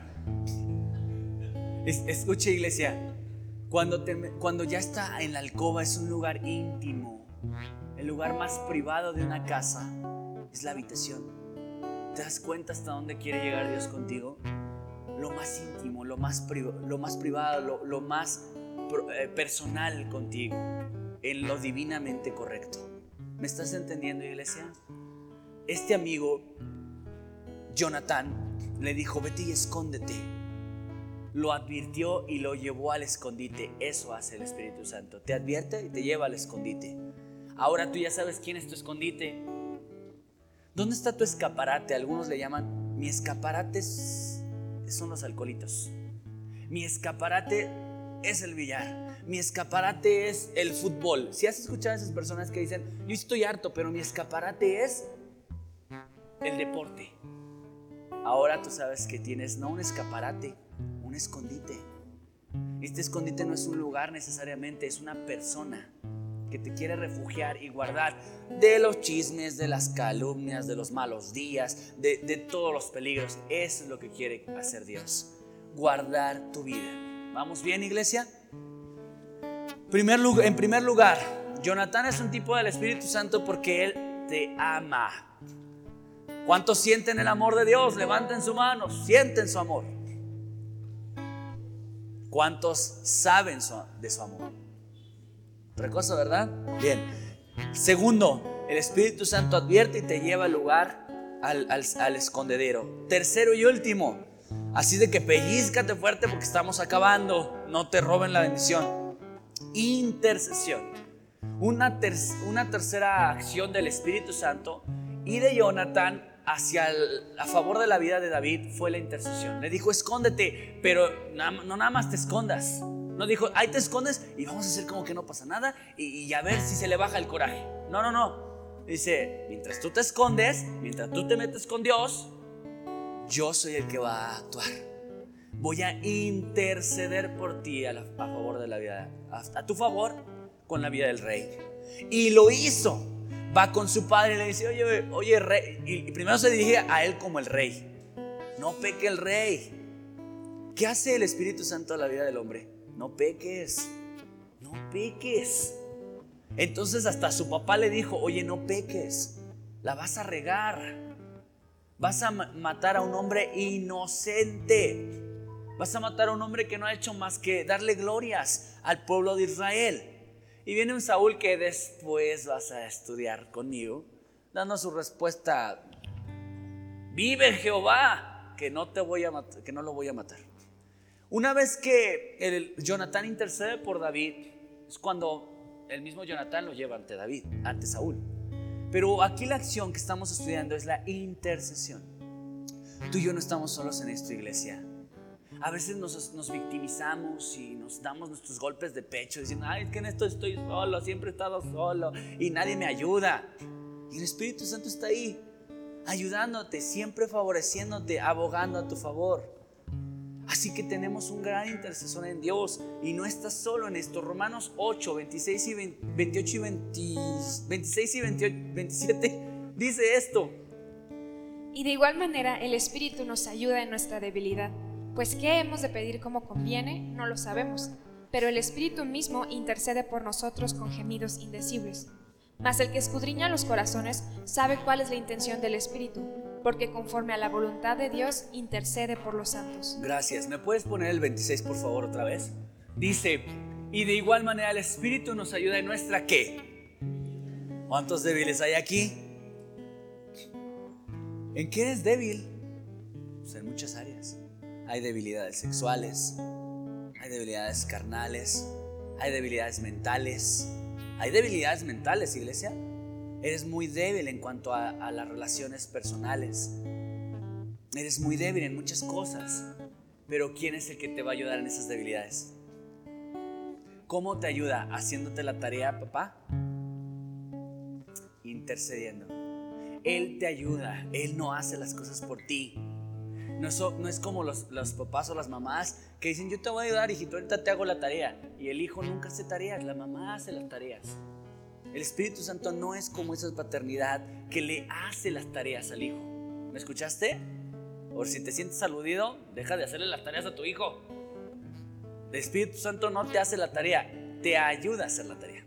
Speaker 1: Escucha, iglesia, cuando ya está en la alcoba, es un lugar íntimo. El lugar más privado de una casa es la habitación. ¿Te das cuenta hasta dónde quiere llegar Dios contigo? Lo más íntimo, lo más privado, lo más personal contigo, en lo divinamente correcto. ¿Me estás entendiendo, iglesia? Este amigo, Jonatán, le dijo: vete y escóndete. Lo advirtió y lo llevó al escondite. Eso hace el Espíritu Santo. Te advierte y te lleva al escondite. Ahora tú ya sabes quién es tu escondite. ¿Dónde está tu escaparate? Algunos le llaman, mi escaparate son los alcoholitos. Mi escaparate es el billar. Mi escaparate es el fútbol. Si has escuchado a esas personas que dicen: yo estoy harto, pero mi escaparate es el deporte. Ahora tú sabes que tienes no un escaparate, un escondite. Este escondite no es un lugar necesariamente, es una persona que te quiere refugiar y guardar de los chismes, de las calumnias, de los malos días, de todos los peligros. Eso es lo que quiere hacer Dios, guardar tu vida. ¿Vamos bien, iglesia? En primer lugar, Jonatán es un tipo del Espíritu Santo porque Él te ama. ¿Cuántos sienten el amor de Dios? Levanten su mano, sienten su amor. ¿Cuántos saben de su amor? Otra cosa, ¿verdad? Bien. Segundo, el Espíritu Santo advierte y te lleva al lugar, al escondedero. Tercero y último, así de que pellízcate fuerte porque estamos acabando, no te roben la bendición. Intercesión. Una tercera acción del Espíritu Santo y de Jonatán a favor de la vida de David fue la intercesión. Le dijo: escóndete, pero no nada más te escondas. No dijo: ahí te escondes y vamos a hacer como que no pasa nada y a ver si se le baja el coraje. No. Dice: mientras tú te escondes, mientras tú te metes con Dios, yo soy el que va a actuar. Voy a interceder por ti a favor de la vida, a tu favor con la vida del rey. Y lo hizo. Va con su padre y le dice: oye rey. Y primero se dirige a él como el rey. No peque el rey. ¿Qué hace el Espíritu Santo a la vida del hombre? No peques. No peques. Entonces hasta su papá le dijo: oye, no peques, la vas a regar. Vas a matar a un hombre inocente. Vas a matar a un hombre que no ha hecho más que darle glorias al pueblo de Israel. Y viene un Saúl que después vas a estudiar conmigo, dando su respuesta: vive Jehová, que no lo voy a matar. Una vez que Jonatán intercede por David, es cuando el mismo Jonatán lo lleva ante Saúl. Pero aquí la acción que estamos estudiando es la intercesión. Tú y yo no estamos solos en esto, iglesia. A veces nos victimizamos y nos damos nuestros golpes de pecho diciendo: ay, es que en esto estoy solo, siempre he estado solo y nadie me ayuda. Y el Espíritu Santo está ahí, ayudándote, siempre favoreciéndote, abogando a tu favor. Así que tenemos un gran intercesor en Dios y no estás solo en esto. Romanos 8, 26 y 27 dice esto:
Speaker 2: y de igual manera el Espíritu nos ayuda en nuestra debilidad. Pues qué hemos de pedir como conviene, no lo sabemos, pero el Espíritu mismo intercede por nosotros con gemidos indecibles. Mas el que escudriña los corazones sabe cuál es la intención del Espíritu, porque conforme a la voluntad de Dios intercede por los santos.
Speaker 1: Gracias. ¿Me puedes poner el 26 por favor otra vez? Dice: y de igual manera el Espíritu nos ayuda en nuestra ¿qué? ¿Cuántos débiles hay aquí? ¿En qué eres débil? Pues en muchas áreas. Hay debilidades sexuales, hay debilidades carnales, hay debilidades mentales. Hay debilidades mentales, iglesia. Eres muy débil en cuanto a las relaciones personales. Eres muy débil en muchas cosas. Pero ¿quién es el que te va a ayudar en esas debilidades? ¿Cómo te ayuda? Haciéndote la tarea, papá. Intercediendo. Él te ayuda. Él no hace las cosas por ti. No es como los papás o las mamás que dicen: yo te voy a ayudar, hijito, ahorita te hago la tarea. Y el hijo nunca hace tareas, la mamá hace las tareas. El Espíritu Santo no es como esa paternidad que le hace las tareas al hijo. ¿Me escuchaste? O si te sientes aludido, deja de hacerle las tareas a tu hijo. El Espíritu Santo no te hace la tarea, te ayuda a hacer la tarea.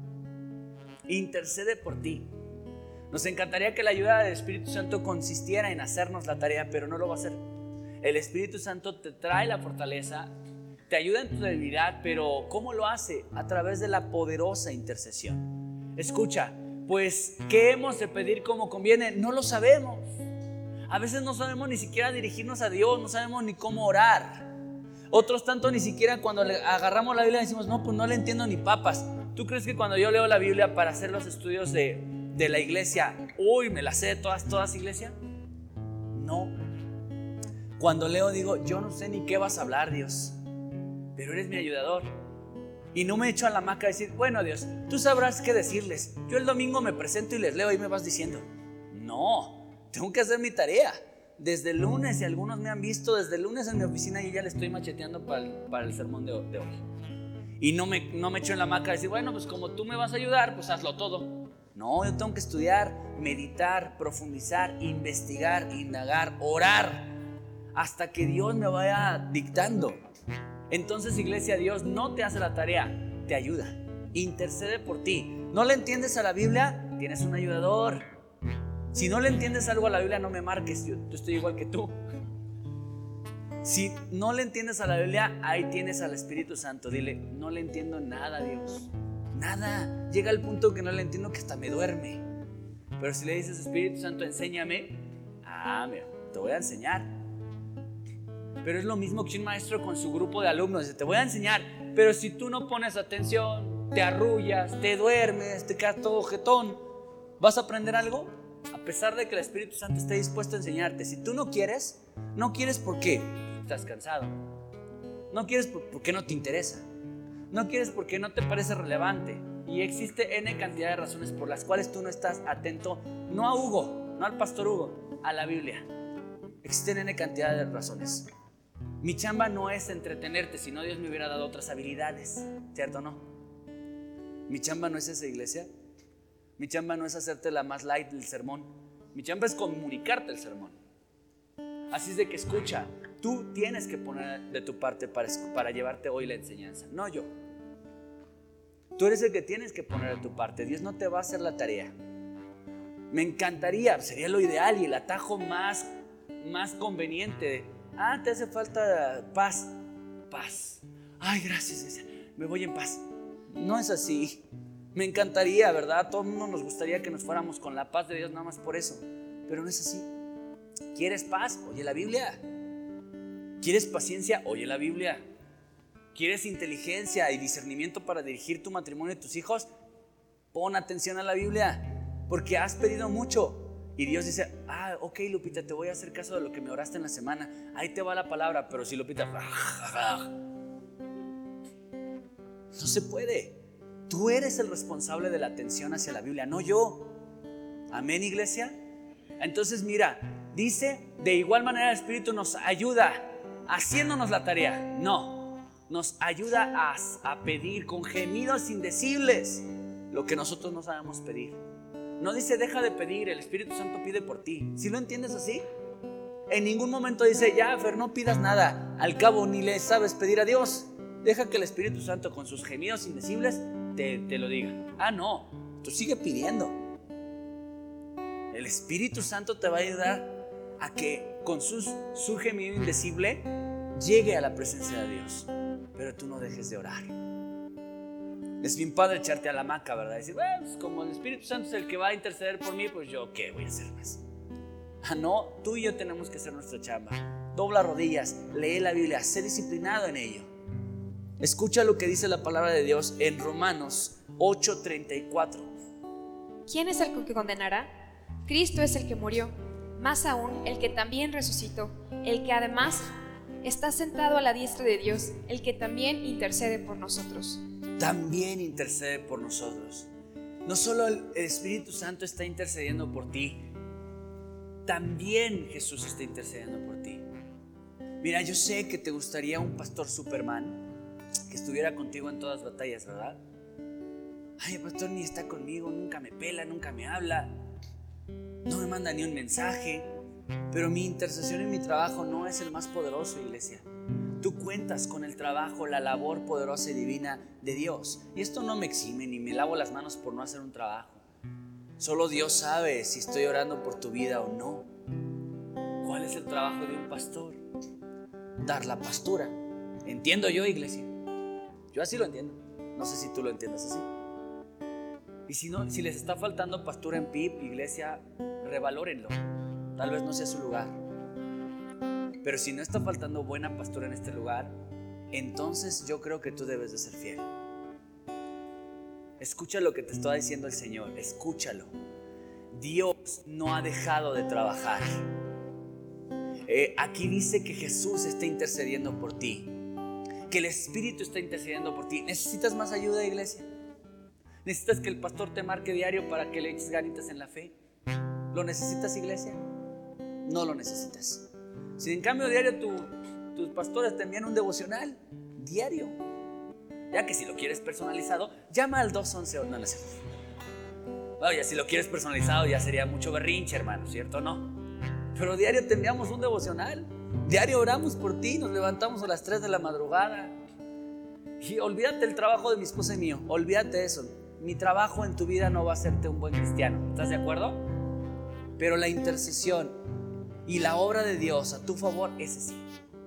Speaker 1: Intercede por ti. Nos encantaría que la ayuda del Espíritu Santo consistiera en hacernos la tarea, pero no lo va a hacer. El Espíritu Santo te trae la fortaleza, te ayuda en tu debilidad, pero ¿cómo lo hace? A través de la poderosa intercesión. Escucha, pues, ¿qué hemos de pedir como conviene? No lo sabemos. A veces no sabemos ni siquiera dirigirnos a Dios, no sabemos ni cómo orar. Otros tanto ni siquiera cuando agarramos la Biblia decimos: no, pues no le entiendo ni papas. ¿Tú crees que cuando yo leo la Biblia para hacer los estudios de la iglesia, me la sé de todas, iglesia? No. Cuando leo digo: yo no sé ni qué vas a hablar, Dios, pero eres mi ayudador. Y no me echo a la hamaca a decir: bueno, Dios, tú sabrás qué decirles. Yo el domingo me presento y les leo y me vas diciendo. No, tengo que hacer mi tarea. Desde el lunes, y algunos me han visto, desde el lunes en mi oficina y ya le estoy macheteando para el sermón de hoy. Y no me echo en la hamaca a decir: bueno, pues como tú me vas a ayudar, pues hazlo todo. No, yo tengo que estudiar, meditar, profundizar, investigar, indagar, orar, hasta que Dios me vaya dictando. Entonces, iglesia, Dios no te hace la tarea, te ayuda, intercede por ti. ¿No le entiendes a la Biblia? Tienes un ayudador. Si no le entiendes algo a la Biblia, no me marques, yo estoy igual que tú. Si no le entiendes a la Biblia, ahí tienes al Espíritu Santo. Dile: no le entiendo nada a Dios, nada. Llega al punto que no le entiendo que hasta me duerme. Pero si le dices: Espíritu Santo, enséñame, mira, te voy a enseñar. Pero es lo mismo que un maestro con su grupo de alumnos. Dice: te voy a enseñar, pero si tú no pones atención, te arrullas, te duermes, te quedas todo jetón, ¿vas a aprender algo? A pesar de que el Espíritu Santo esté dispuesto a enseñarte, si tú no quieres ¿por qué? Estás cansado. No quieres porque no te interesa. No quieres porque no te parece relevante. Y existe N cantidad de razones por las cuales tú no estás atento, no a Hugo, no al pastor Hugo, a la Biblia. Existen N cantidad de razones. Mi chamba no es entretenerte, si no Dios me hubiera dado otras habilidades, ¿cierto o no? Mi chamba no es esa, iglesia. Mi chamba no es hacerte la más light del sermón. Mi chamba es comunicarte el sermón. Así es de que escucha, tú tienes que poner de tu parte para llevarte hoy la enseñanza, no yo. Tú eres el que tienes que poner de tu parte. Dios no te va a hacer la tarea. Me encantaría, sería lo ideal y el atajo más conveniente. Te hace falta paz. Ay, gracias, me voy en paz. No es así. Me encantaría, ¿verdad? A todo el mundo nos gustaría que nos fuéramos con la paz de Dios nada más por eso. Pero no es así. ¿Quieres paz? Oye la Biblia. ¿Quieres paciencia? Oye la Biblia. ¿Quieres inteligencia y discernimiento para dirigir tu matrimonio y tus hijos? Pon atención a la Biblia, porque has pedido mucho. Y Dios dice: ok, Lupita, te voy a hacer caso de lo que me oraste en la semana. Ahí te va la palabra. Pero si Lupita, no se puede. Tú eres el responsable de la atención hacia la Biblia, no yo. Amén, iglesia. Entonces mira, dice: de igual manera el Espíritu nos ayuda haciéndonos la tarea. No, nos ayuda a pedir con gemidos indecibles lo que nosotros no sabemos pedir. No dice: deja de pedir, el Espíritu Santo pide por ti. ¿Sí lo entiendes así? En ningún momento dice: ya, Fer, no pidas nada, al cabo ni le sabes pedir a Dios. Deja que el Espíritu Santo con sus gemidos indecibles te lo diga. No, tú sigue pidiendo. El Espíritu Santo te va a ayudar a que con su gemido indecible llegue a la presencia de Dios. Pero tú no dejes de orar. Es bien padre echarte a la hamaca, ¿verdad? Decir: pues como el Espíritu Santo es el que va a interceder por mí, pues yo ¿qué voy a hacer más? No, tú y yo tenemos que hacer nuestra chamba. dobla rodillas, lee la Biblia, sé disciplinado en ello. Escucha lo que dice la palabra de Dios en Romanos 8:34.
Speaker 2: ¿Quién es el que condenará? Cristo es el que murió, más aún el que también resucitó, el que además está sentado a la diestra de Dios, el que también intercede por nosotros.
Speaker 1: También intercede por nosotros. No solo el Espíritu Santo está intercediendo por ti, también Jesús está intercediendo por ti. Mira, yo sé que te gustaría un pastor Superman que estuviera contigo en todas las batallas, ¿verdad? Ay, el pastor ni está conmigo, nunca me pela, nunca me habla, no me manda ni un mensaje. Pero mi intercesión en mi trabajo no es el más poderoso, iglesia. Tú cuentas con el trabajo, la labor poderosa y divina de Dios. Y esto no me exime ni me lavo las manos por no hacer un trabajo. Solo Dios sabe si estoy orando por tu vida o no. ¿Cuál es el trabajo de un pastor? Dar la pastura. Entiendo yo, iglesia. Yo así lo entiendo. No sé si tú lo entiendes así. Y si les está faltando pastura en PIB, iglesia, revalórenlo. Tal vez no sea su lugar. Pero si no está faltando buena pastura en este lugar, entonces yo creo que tú debes de ser fiel. Escucha lo que te está diciendo el Señor. Escúchalo. Dios no ha dejado de trabajar. Aquí dice que Jesús está intercediendo por ti, que el Espíritu está intercediendo por ti. ¿Necesitas más ayuda, iglesia? ¿Necesitas que el pastor te marque diario para que le eches ganitas en la fe? ¿Lo necesitas, iglesia? No lo necesitas. Si en cambio diario tus pastores te envían un devocional diario, ya que si lo quieres personalizado, llama al 211. No sé. Bueno, ya si lo quieres personalizado ya sería mucho berrinche, hermano, ¿cierto? No. Pero diario te enviamos un devocional. Diario oramos por ti, nos levantamos a las 3 de la madrugada. Y olvídate el trabajo de mi esposa y mío. Olvídate eso. Mi trabajo en tu vida no va a hacerte un buen cristiano. ¿Estás de acuerdo? Pero la intercesión y la obra de Dios a tu favor, ese sí.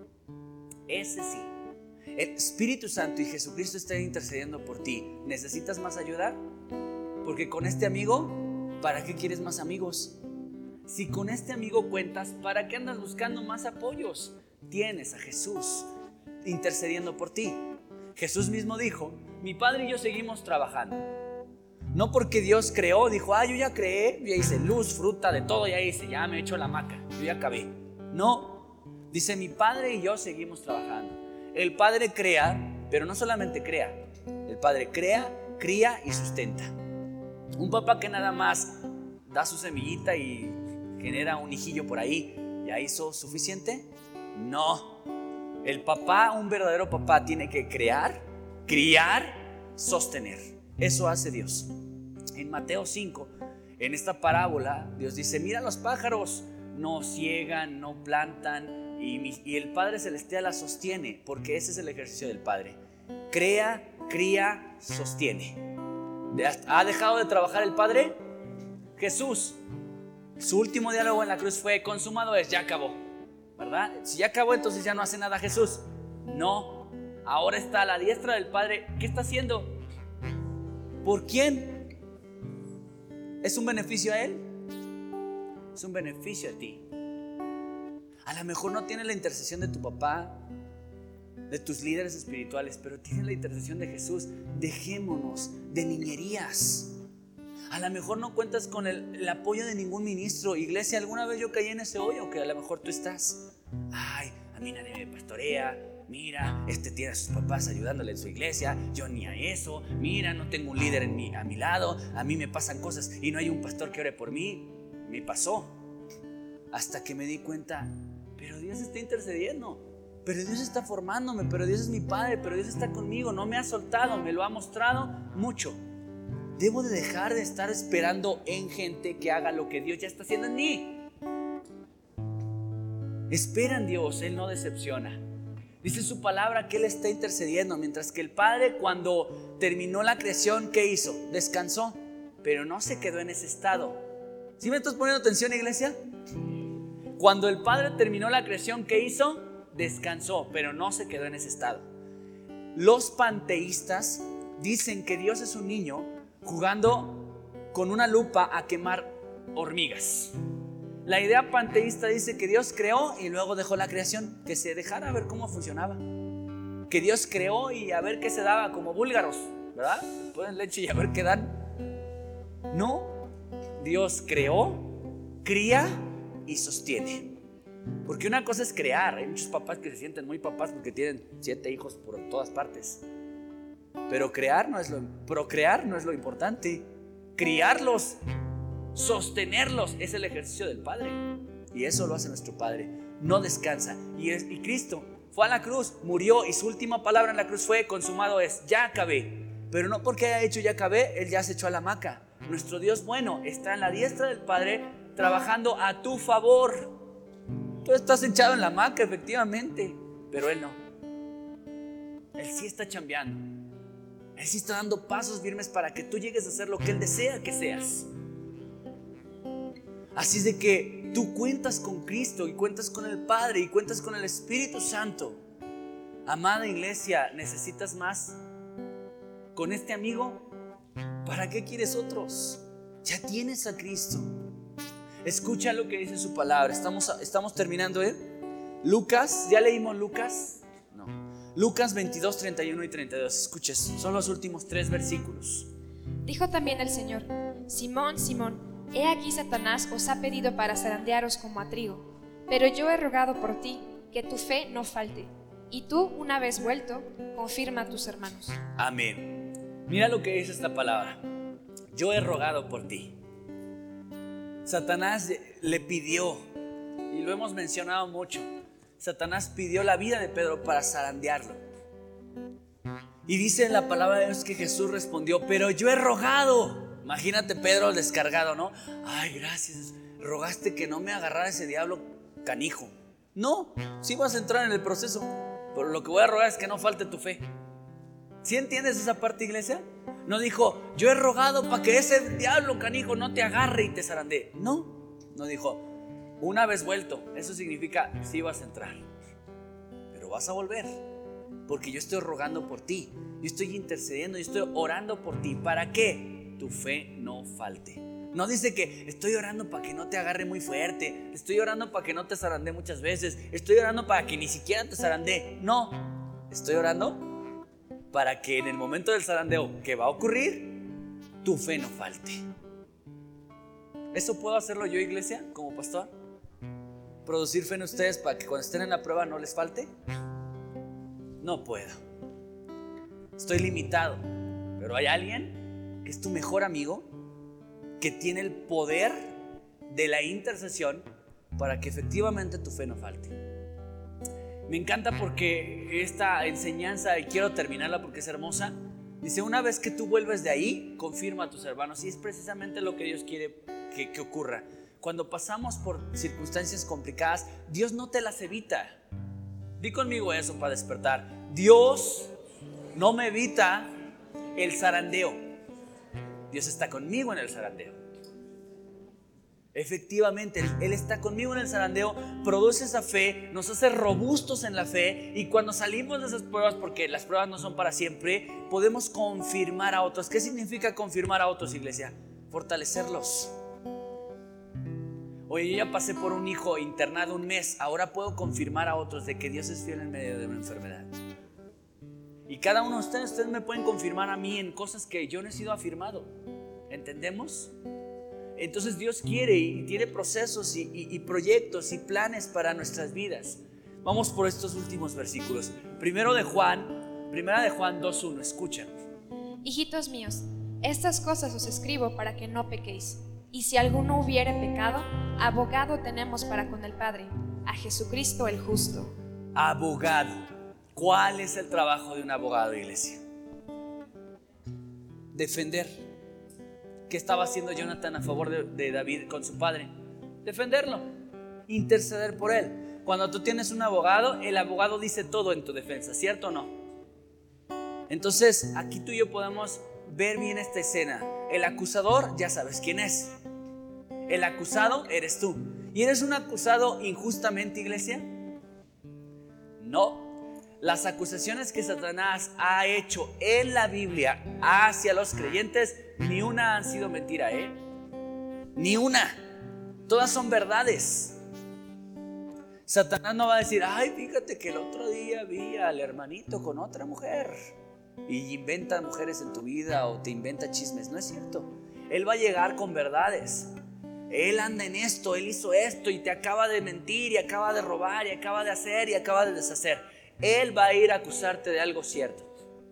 Speaker 1: Ese sí. El Espíritu Santo y Jesucristo están intercediendo por ti. ¿Necesitas más ayuda? Porque con este amigo, ¿para qué quieres más amigos? Si con este amigo cuentas, ¿para qué andas buscando más apoyos? Tienes a Jesús intercediendo por ti. Jesús mismo dijo: mi Padre y yo seguimos trabajando. No porque Dios creó, dijo: yo ya creé, ya hice luz, fruta, de todo, ya hice, ya me he hecho la hamaca, yo ya acabé. No, dice: mi Padre y yo seguimos trabajando. El Padre crea, pero no solamente crea. El Padre crea, cría y sustenta. Un papá que nada más da su semillita y genera un hijillo por ahí, ¿ya hizo suficiente? No. El papá, un verdadero papá, tiene que crear, criar, sostener. Eso hace Dios. En Mateo 5, en esta parábola, Dios dice: mira los pájaros, no ciegan, no plantan, y el Padre Celestial la sostiene, porque ese es el ejercicio del Padre. Crea, cría, sostiene. ¿Ha dejado de trabajar el Padre? Jesús, su último diálogo en la cruz fue: consumado es, ya acabó, ¿verdad? Si ya acabó, entonces ya no hace nada Jesús. No, ahora está a la diestra del Padre. ¿Qué está haciendo? ¿Por quién? ¿Es un beneficio a Él? Es un beneficio a ti. A lo mejor no tiene la intercesión de tu papá, de tus líderes espirituales, pero tiene la intercesión de Jesús. Dejémonos de niñerías. A lo mejor no cuentas con el apoyo de ningún ministro. Iglesia, alguna vez yo caí en ese hoyo que a lo mejor tú estás. Ay, a mí nadie me pastorea. Mira, tiene a sus papás ayudándole en su iglesia. Yo ni a eso. Mira, no tengo un líder a mi lado. A mí me pasan cosas y no hay un pastor que ore por mí. Me pasó. Hasta que me di cuenta, pero Dios está intercediendo. Pero Dios está formándome. Pero Dios es mi Padre. Pero Dios está conmigo. No me ha soltado. Me lo ha mostrado mucho. Debo de dejar de estar esperando en gente que haga lo que Dios ya está haciendo en mí. Espera en Dios, Él no decepciona. Dice su palabra que Él está intercediendo, mientras que el Padre, cuando terminó la creación, ¿qué hizo? Descansó, pero no se quedó en ese estado. ¿Sí me estás poniendo atención, iglesia? Cuando el Padre terminó la creación, ¿qué hizo? Descansó, pero no se quedó en ese estado. Los panteístas dicen que Dios es un niño jugando con una lupa a quemar hormigas. La idea panteísta dice que Dios creó y luego dejó la creación, que se dejara ver cómo funcionaba. Que Dios creó y a ver qué se daba, como búlgaros, ¿verdad? Ponen leche y a ver qué dan. No, Dios creó, cría y sostiene. Porque una cosa es crear. Hay muchos papás que se sienten muy papás porque tienen 7 hijos por todas partes. Pero procrear no es lo importante. Criarlos, sostenerlos es el ejercicio del Padre. Y eso lo hace nuestro Padre. No descansa. Y Cristo fue a la cruz, murió, y su última palabra en la cruz fue: consumado es, ya acabé. Pero no porque haya hecho ya acabé, Él ya se echó a la hamaca. Nuestro Dios bueno está en la diestra del Padre, trabajando a tu favor. Tú estás echado en la hamaca, efectivamente, pero Él no. Él sí está chambeando. Él sí está dando pasos firmes para que tú llegues a ser lo que Él desea que seas. Así es de que tú cuentas con Cristo y cuentas con el Padre y cuentas con el Espíritu Santo. Amada iglesia, ¿necesitas más? ¿Con este amigo? ¿Para qué quieres otros? Ya tienes a Cristo. Escucha lo que dice su palabra. Estamos terminando, Lucas, ¿ya leímos Lucas? No. Lucas 22, 31 y 32. Escuches, son los últimos 3 versículos.
Speaker 2: Dijo también el Señor: Simón, Simón, he aquí Satanás os ha pedido para zarandearos como a trigo, pero yo he rogado por ti, que tu fe no falte, y tú, una vez vuelto, confirma a tus hermanos.
Speaker 1: Amén. Mira lo que dice esta palabra: yo he rogado por ti. Satanás le pidió, y lo hemos mencionado mucho, Satanás pidió la vida de Pedro para zarandearlo. Y dice en la palabra de Dios que Jesús respondió: pero yo he rogado. Imagínate Pedro descargado, ¿no? Ay, gracias, rogaste que no me agarrara ese diablo canijo. No, sí vas a entrar en el proceso, pero lo que voy a rogar es que no falte tu fe. ¿Sí entiendes esa parte, iglesia? No dijo: yo he rogado para que ese diablo canijo no te agarre y te zarandee. No dijo: una vez vuelto. Eso significa sí vas a entrar, pero vas a volver, porque yo estoy rogando por ti, yo estoy intercediendo, yo estoy orando por ti. ¿Para qué? Tu fe no falte. No dice que estoy orando para que no te agarre muy fuerte, estoy orando para que no te zarandee muchas veces, estoy orando para que ni siquiera te zarandee. No, estoy orando para que en el momento del zarandeo que va a ocurrir, tu fe no falte. ¿Eso puedo hacerlo yo, iglesia, como pastor? ¿Producir fe en ustedes para que cuando estén en la prueba no les falte? No puedo. Estoy limitado. Pero hay alguien que es tu mejor amigo, que tiene el poder de la intercesión para que efectivamente tu fe no falte. Me encanta porque esta enseñanza, y quiero terminarla porque es hermosa, dice: una vez que tú vuelves de ahí, confirma a tus hermanos. Y es precisamente lo que Dios quiere que ocurra. Cuando pasamos por circunstancias complicadas, Dios no te las evita. Di conmigo eso para despertar: Dios no me evita el zarandeo. Dios está conmigo en el zarandeo. Efectivamente, Él está conmigo en el zarandeo, produce esa fe, nos hace robustos en la fe, y cuando salimos de esas pruebas, porque las pruebas no son para siempre, podemos confirmar a otros. ¿Qué significa confirmar a otros, iglesia? Fortalecerlos. Oye, yo ya pasé por un hijo internado 1 mes, ahora puedo confirmar a otros de que Dios es fiel en medio de una enfermedad. Y cada uno de ustedes me pueden confirmar a mí en cosas que yo no he sido afirmado. ¿Entendemos? Entonces Dios quiere y tiene procesos y proyectos y planes para nuestras vidas. Vamos por estos últimos versículos. Primera de Juan 2:1. Escuchen.
Speaker 2: Hijitos míos, estas cosas os escribo para que no pequéis. Y si alguno hubiere pecado, abogado tenemos para con el Padre, a Jesucristo el justo.
Speaker 1: Abogado. ¿Cuál es el trabajo de un abogado, iglesia? Defender. ¿Qué estaba haciendo Jonathan a favor de David con su padre? Defenderlo, interceder por él. Cuando tú tienes un abogado, el abogado dice todo en tu defensa, ¿cierto o no? Entonces, aquí tú y yo podemos ver bien esta escena. El acusador, ya sabes quién es. El acusado eres tú. ¿Y eres un acusado injustamente, iglesia? No. Las acusaciones que Satanás ha hecho en la Biblia hacia los creyentes, ni una han sido mentira, Ni una. Todas son verdades. Satanás no va a decir, ay, fíjate que el otro día vi al hermanito con otra mujer, y inventa mujeres en tu vida o te inventa chismes. No es cierto. Él va a llegar con verdades. Él anda en esto, él hizo esto y te acaba de mentir y acaba de robar y acaba de hacer y acaba de deshacer. Él va a ir a acusarte de algo cierto.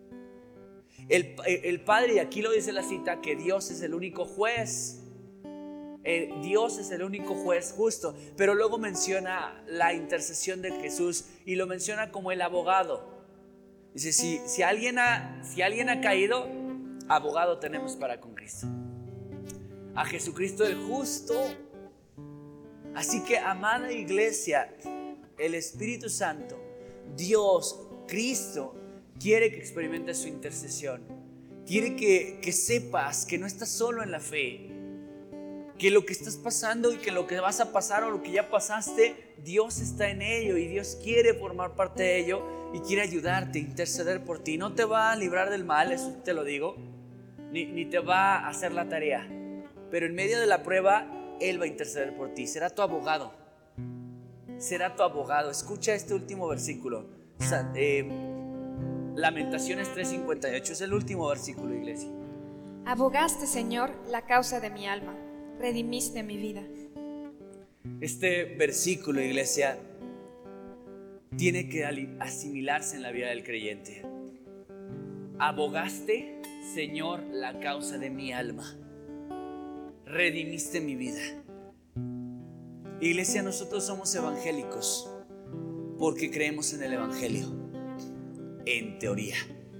Speaker 1: El Padre, y aquí lo dice la cita, que Dios es el único juez. Dios es el único juez justo. Pero luego menciona la intercesión de Jesús y lo menciona como el abogado. Dice, si alguien ha caído, abogado tenemos para con Cristo. A Jesucristo el justo. Así que, amada iglesia, el Espíritu Santo, Dios, Cristo, quiere que experimentes su intercesión. Quiere que sepas que no estás solo en la fe, que lo que estás pasando y que lo que vas a pasar o lo que ya pasaste, Dios está en ello y Dios quiere formar parte de ello y quiere ayudarte, interceder por ti. No te va a librar del mal, eso te lo digo, ni te va a hacer la tarea, pero en medio de la prueba Él va a interceder por ti. Será tu abogado. Será tu abogado. Escucha este último versículo, Lamentaciones 3:58. Es el último versículo, iglesia.
Speaker 2: Abogaste, Señor, la causa de mi alma, redimiste mi vida.
Speaker 1: Este versículo, iglesia, tiene que asimilarse en la vida del creyente. Abogaste, Señor, la causa de mi alma, redimiste mi vida. Iglesia, nosotros somos evangélicos porque creemos en el evangelio, en teoría.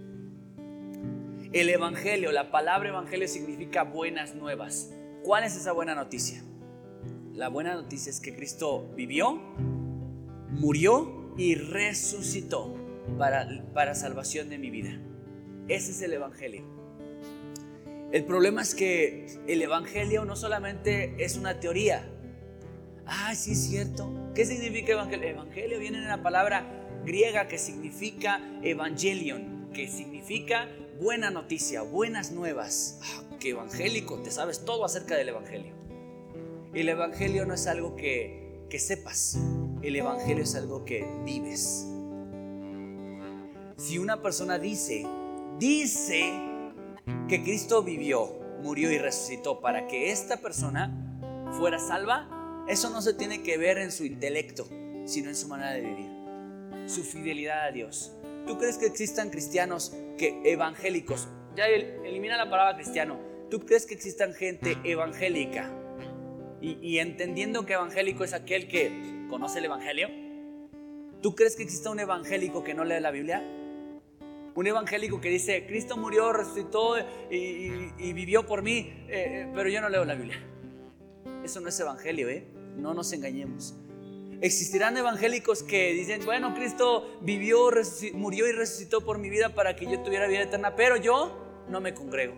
Speaker 1: El evangelio, la palabra evangelio significa buenas nuevas. ¿Cuál es esa buena noticia? La buena noticia es que Cristo vivió, murió y resucitó para salvación de mi vida. Ese es el evangelio. El problema es que el evangelio no solamente es una teoría. Ah, sí es cierto. ¿Qué significa evangelio? Evangelio viene de una palabra griega que significa evangelion, que significa buena noticia, buenas nuevas. Qué evangélico, te sabes todo acerca del evangelio. El evangelio no es algo que sepas, el evangelio es algo que vives. Si una persona dice que Cristo vivió, murió y resucitó para que esta persona fuera salva, eso no se tiene que ver en su intelecto, sino en su manera de vivir, su fidelidad a Dios. ¿Tú crees que existan cristianos evangélicos? Ya elimina la palabra cristiano. ¿Tú crees que existan gente evangélica? Y entendiendo que evangélico es aquel que conoce el evangelio. ¿Tú crees que exista un evangélico que no lee la Biblia? Un evangélico que dice, Cristo murió, resucitó y vivió por mí, pero yo no leo la Biblia. Eso no es evangelio, no nos engañemos. Existirán evangélicos que dicen, bueno, Cristo vivió, murió y resucitó por mi vida para que yo tuviera vida eterna, pero yo no me congrego,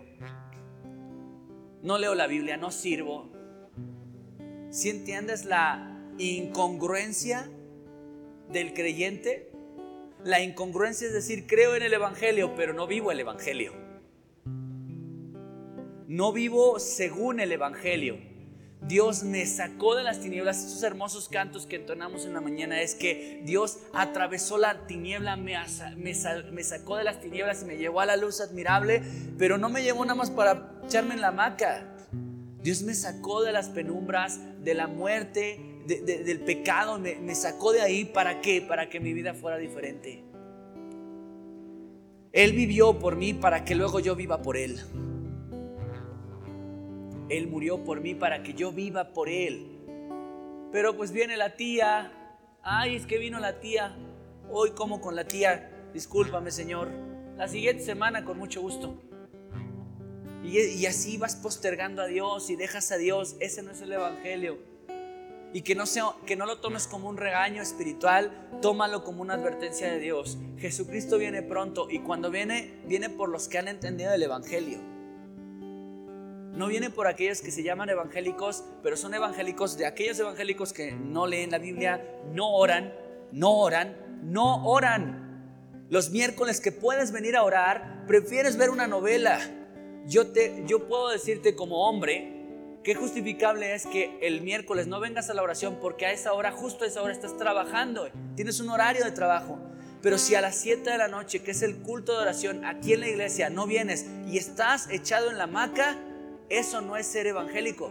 Speaker 1: no leo la Biblia, no sirvo. ¿Sí entiendes la incongruencia del creyente? La incongruencia es decir, creo en el evangelio, pero no vivo el evangelio. No vivo según el evangelio. Dios me sacó de las tinieblas. Estos hermosos cantos que entonamos en la mañana es que Dios atravesó la tiniebla, me sacó de las tinieblas y me llevó a la luz admirable, pero no me llevó nada más para echarme en la hamaca. Dios me sacó de las penumbras, de la muerte, del pecado, me sacó de ahí. ¿Para qué? Para que mi vida fuera diferente. Él vivió por mí para que luego yo viva por Él. Él murió por mí para que yo viva por Él. Pero pues viene la tía. Ay, es que vino la tía. Hoy como con la tía. Discúlpame, Señor. La siguiente semana con mucho gusto. Y así vas postergando a Dios y dejas a Dios. Ese no es el evangelio. Y que no lo tomes como un regaño espiritual, tómalo como una advertencia de Dios. Jesucristo viene pronto y cuando viene por los que han entendido el evangelio. No viene por aquellos que se llaman evangélicos, pero son evangélicos de aquellos evangélicos que no leen la Biblia, no oran. Los miércoles que puedes venir a orar, prefieres ver una novela. Yo puedo decirte como hombre Qué justificable es que el miércoles no vengas a la oración porque a esa hora, justo a esa hora estás trabajando, tienes un horario de trabajo. Pero si a las 7 de la noche, que es el culto de oración aquí en la iglesia, no vienes y estás echado en la hamaca, eso no es ser evangélico.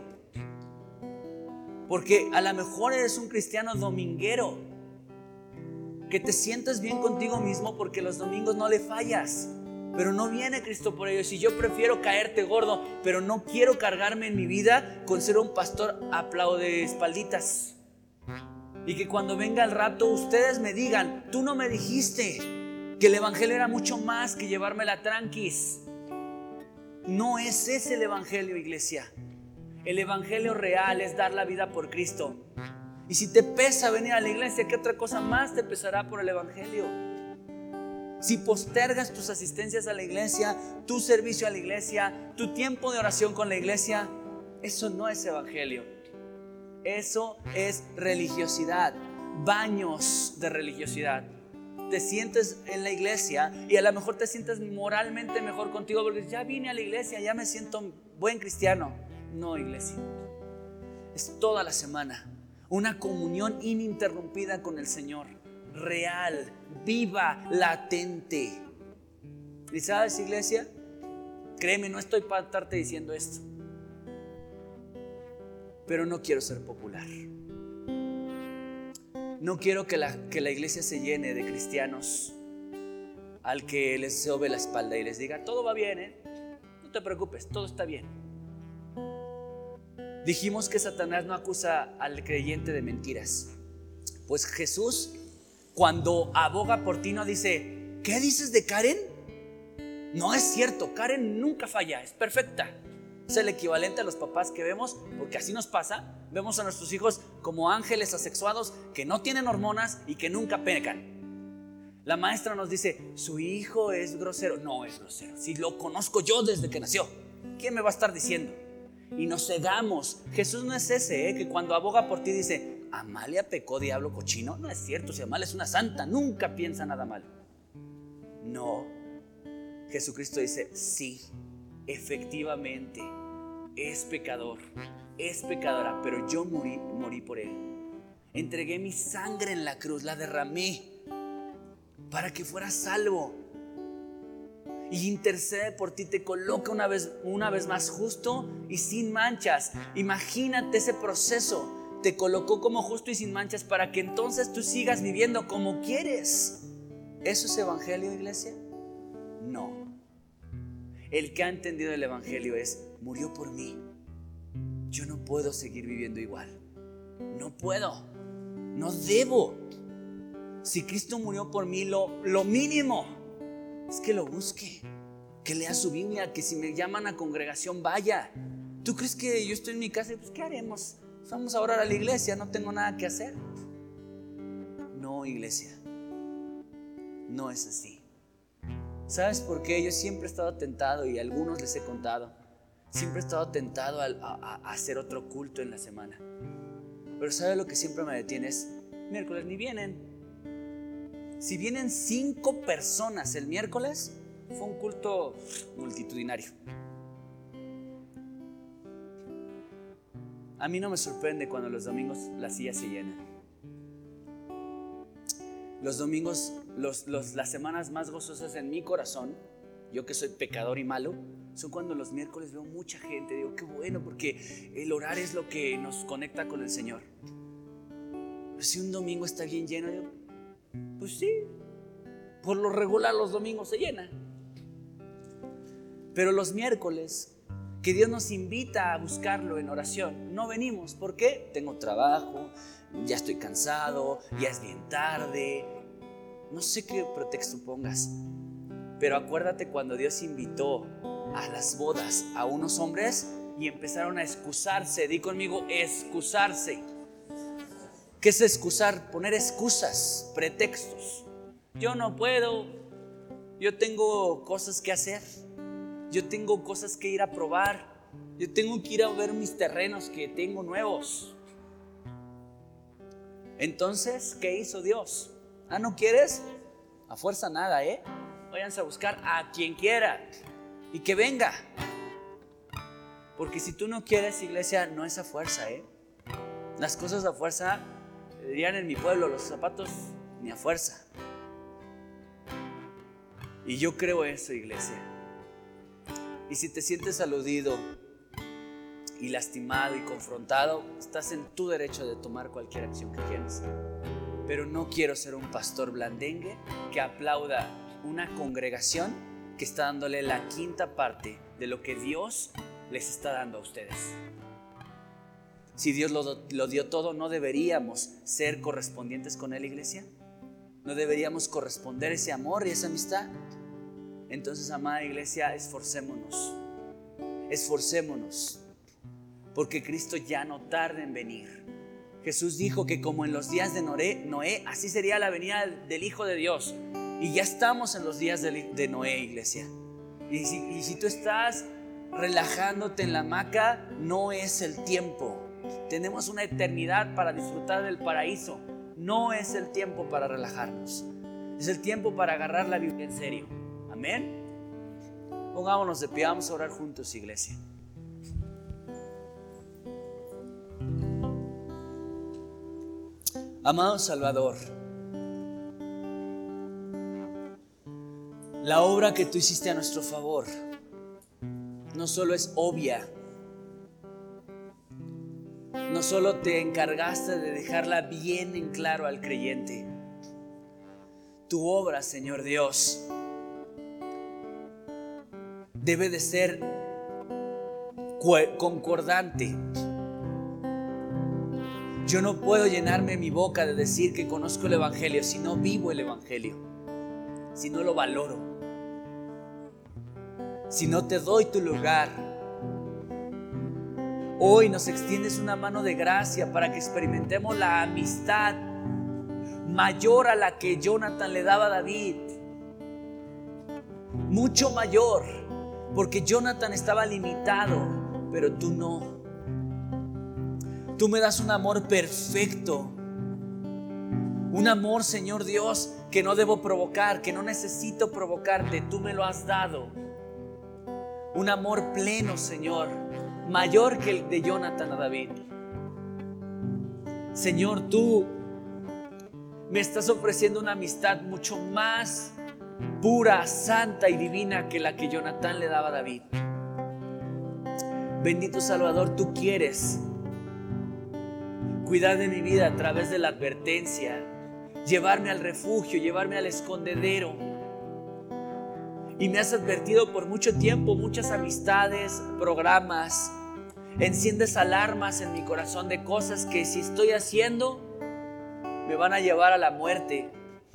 Speaker 1: Porque a lo mejor eres un cristiano dominguero, que te sientes bien contigo mismo porque los domingos no le fallas, pero no viene Cristo por ellos. Y yo prefiero caerte gordo, pero no quiero cargarme en mi vida con ser un pastor aplaude espalditas. Y que cuando venga el rato ustedes me digan: tú no me dijiste que el evangelio era mucho más que llevármela tranquis. No es ese el evangelio, iglesia. El evangelio real es dar la vida por Cristo. Y si te pesa venir a la iglesia, ¿qué otra cosa más te pesará por el evangelio? Si postergas tus asistencias a la iglesia, tu servicio a la iglesia, tu tiempo de oración con la iglesia, eso no es evangelio. Eso es religiosidad, baños de religiosidad. Te sientes en la iglesia y a lo mejor te sientes moralmente mejor contigo porque ya vine a la iglesia, ya me siento buen cristiano. No, iglesia, es toda la semana una comunión ininterrumpida con el Señor, real, viva, latente. ¿Y sabes, iglesia? Créeme, no estoy para estarte diciendo esto, pero no quiero ser popular. No quiero que la iglesia se llene de cristianos al que les sobe la espalda y les diga: todo va bien, no te preocupes, todo está bien. Dijimos que Satanás no acusa al creyente de mentiras. Pues Jesús, cuando aboga por ti, no dice: ¿qué dices de Karen? No es cierto, Karen nunca falla, es perfecta. Es el equivalente a los papás que vemos, porque así nos pasa. Vemos a nuestros hijos como ángeles asexuados que no tienen hormonas y que nunca pecan. La maestra nos dice: su hijo es grosero. No es grosero, si lo conozco yo desde que nació. ¿Quién me va a estar diciendo? Y nos cegamos. Jesús no es ese, que cuando aboga por ti dice: Amalia pecó, diablo cochino. No es cierto, si Amalia es una santa, nunca piensa nada mal. No, Jesucristo dice: sí, efectivamente es pecador, es pecadora, pero yo morí por él. Entregué mi sangre en la cruz, la derramé para que fueras salvo. Y intercede por ti, te coloca una vez más justo y sin manchas. Imagínate ese proceso. Te colocó como justo y sin manchas para que entonces tú sigas viviendo como quieres. ¿Eso es evangelio, iglesia? No. El que ha entendido el evangelio es: murió por mí. Yo no puedo seguir viviendo igual. No puedo. No debo. Si Cristo murió por mí, lo mínimo es que lo busque, que lea su Biblia, que si me llaman a congregación vaya. ¿Tú crees que yo estoy en mi casa y pues qué haremos? Vamos a orar a la iglesia, no tengo nada que hacer. No, iglesia, no es así. ¿Sabes por qué? Yo siempre he estado tentado, y a algunos les he contado, siempre he estado tentado a hacer otro culto en la semana. Pero ¿sabes lo que siempre me detiene? Es: miércoles ni vienen. Si vienen 5 personas el miércoles, fue un culto multitudinario. A mí no me sorprende cuando los domingos las sillas se llenan. Los domingos, las semanas más gozosas en mi corazón, yo que soy pecador y malo, son cuando los miércoles veo mucha gente. Digo: qué bueno, porque el orar es lo que nos conecta con el Señor. Pero si un domingo está bien lleno, digo: pues sí, por lo regular los domingos se llenan. Pero los miércoles, que Dios nos invita a buscarlo en oración, no venimos. ¿Por qué? Tengo trabajo, ya estoy cansado, ya es bien tarde. No sé qué pretexto pongas, pero acuérdate cuando Dios invitó a las bodas a unos hombres y empezaron a excusarse. Di conmigo: excusarse. ¿Qué es excusar? Poner excusas, pretextos. Yo no puedo, yo tengo cosas que hacer, yo tengo cosas que ir a probar, yo tengo que ir a ver mis terrenos que tengo nuevos. Entonces, ¿qué hizo Dios? ¿No quieres? A fuerza nada, Váyanse a buscar a quien quiera y que venga. Porque si tú no quieres, iglesia, no es a fuerza, Las cosas a fuerza, dirían en mi pueblo, los zapatos ni a fuerza. Y yo creo eso, iglesia. Y si te sientes aludido y lastimado y confrontado, estás en tu derecho de tomar cualquier acción que quieras. Pero no quiero ser un pastor blandengue que aplauda una congregación que está dándole la quinta parte de lo que Dios les está dando a ustedes. Si Dios lo dio todo, ¿no deberíamos ser correspondientes con Él, iglesia? ¿No deberíamos corresponder ese amor y esa amistad? Entonces, amada iglesia, esforcémonos, porque Cristo ya no tarda en venir. Jesús dijo que como en los días de Noé, así sería la venida del Hijo de Dios. Y ya estamos en los días de Noé, iglesia. Y si tú estás relajándote en la hamaca, no es el tiempo. Tenemos una eternidad para disfrutar del paraíso. No es el tiempo para relajarnos. Es el tiempo para agarrar la Biblia en serio. Amén. Pongámonos de pie, vamos a orar juntos, iglesia. Amado Salvador, la obra que tú hiciste a nuestro favor no solo es obvia, no solo te encargaste de dejarla bien en claro al creyente. Tu obra, Señor Dios, debe de ser concordante. Yo no puedo llenarme mi boca de decir que conozco el Evangelio si no vivo el Evangelio, si no lo valoro, si no te doy tu lugar. Hoy nos extiendes una mano de gracia para que experimentemos la amistad mayor a la que Jonathan le daba a David. Mucho mayor, porque Jonathan estaba limitado, pero tú no. Tú me das un amor perfecto, un amor, Señor Dios, que no debo provocar, que no necesito provocarte. Tú me lo has dado. Un amor pleno, Señor, mayor que el de Jonathan a David. Señor, tú me estás ofreciendo una amistad mucho más pura, santa y divina que la que Jonathan le daba a David. Bendito Salvador, tú quieres cuidar de mi vida a través de la advertencia, llevarme al refugio, llevarme al escondedero. Y me has advertido por mucho tiempo, muchas amistades, programas. Enciendes alarmas en mi corazón de cosas que si estoy haciendo me van a llevar a la muerte.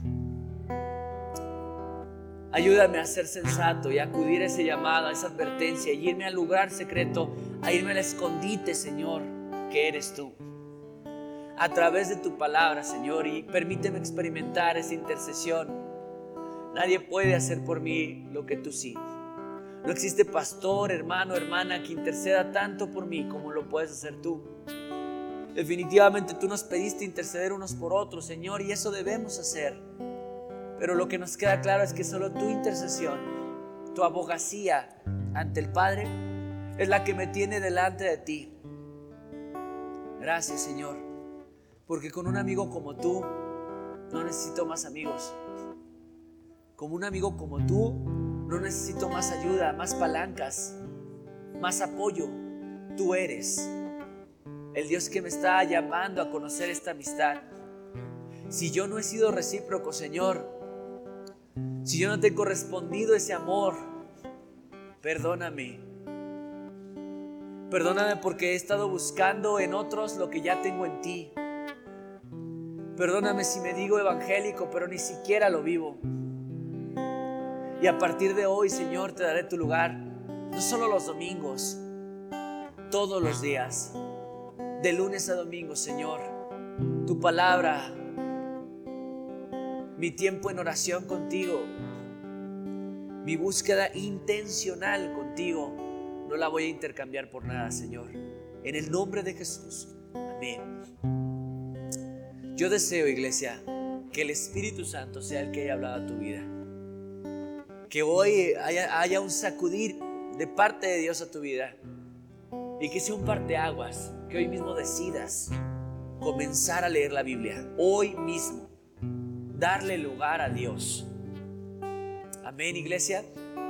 Speaker 1: Ayúdame a ser sensato y a acudir a ese llamado, a esa advertencia, y irme al lugar secreto, a irme al escondite, Señor, que eres tú. A través de tu palabra, Señor, y permíteme experimentar esa intercesión. Nadie puede hacer por mí lo que tú sí. No existe pastor, hermano, hermana que interceda tanto por mí como lo puedes hacer tú. Definitivamente tú nos pediste interceder unos por otros, Señor, y eso debemos hacer. Pero lo que nos queda claro es que solo tu intercesión, tu abogacía ante el Padre, es la que me tiene delante de ti. Gracias, Señor, porque con un amigo como tú no necesito más amigos. Como un amigo como tú no necesito más ayuda, más palancas, más apoyo. Tú eres el Dios que me está llamando a conocer esta amistad. Si yo no he sido recíproco, Señor, si yo no te he correspondido ese amor, perdóname. Perdóname porque he estado buscando en otros lo que ya tengo en ti. Perdóname si me digo evangélico, pero ni siquiera lo vivo. Y a partir de hoy, Señor, te daré tu lugar, no solo los domingos, todos los días, de lunes a domingo, Señor. Tu palabra, mi tiempo en oración contigo, mi búsqueda intencional contigo, no la voy a intercambiar por nada, Señor. En el nombre de Jesús, amén. Yo deseo, iglesia, que el Espíritu Santo sea el que haya hablado a tu vida. Que hoy haya un sacudir de parte de Dios a tu vida. y que sea un parteaguas, que hoy mismo decidas comenzar a leer la Biblia, hoy mismo, darle lugar a Dios. Amén, iglesia.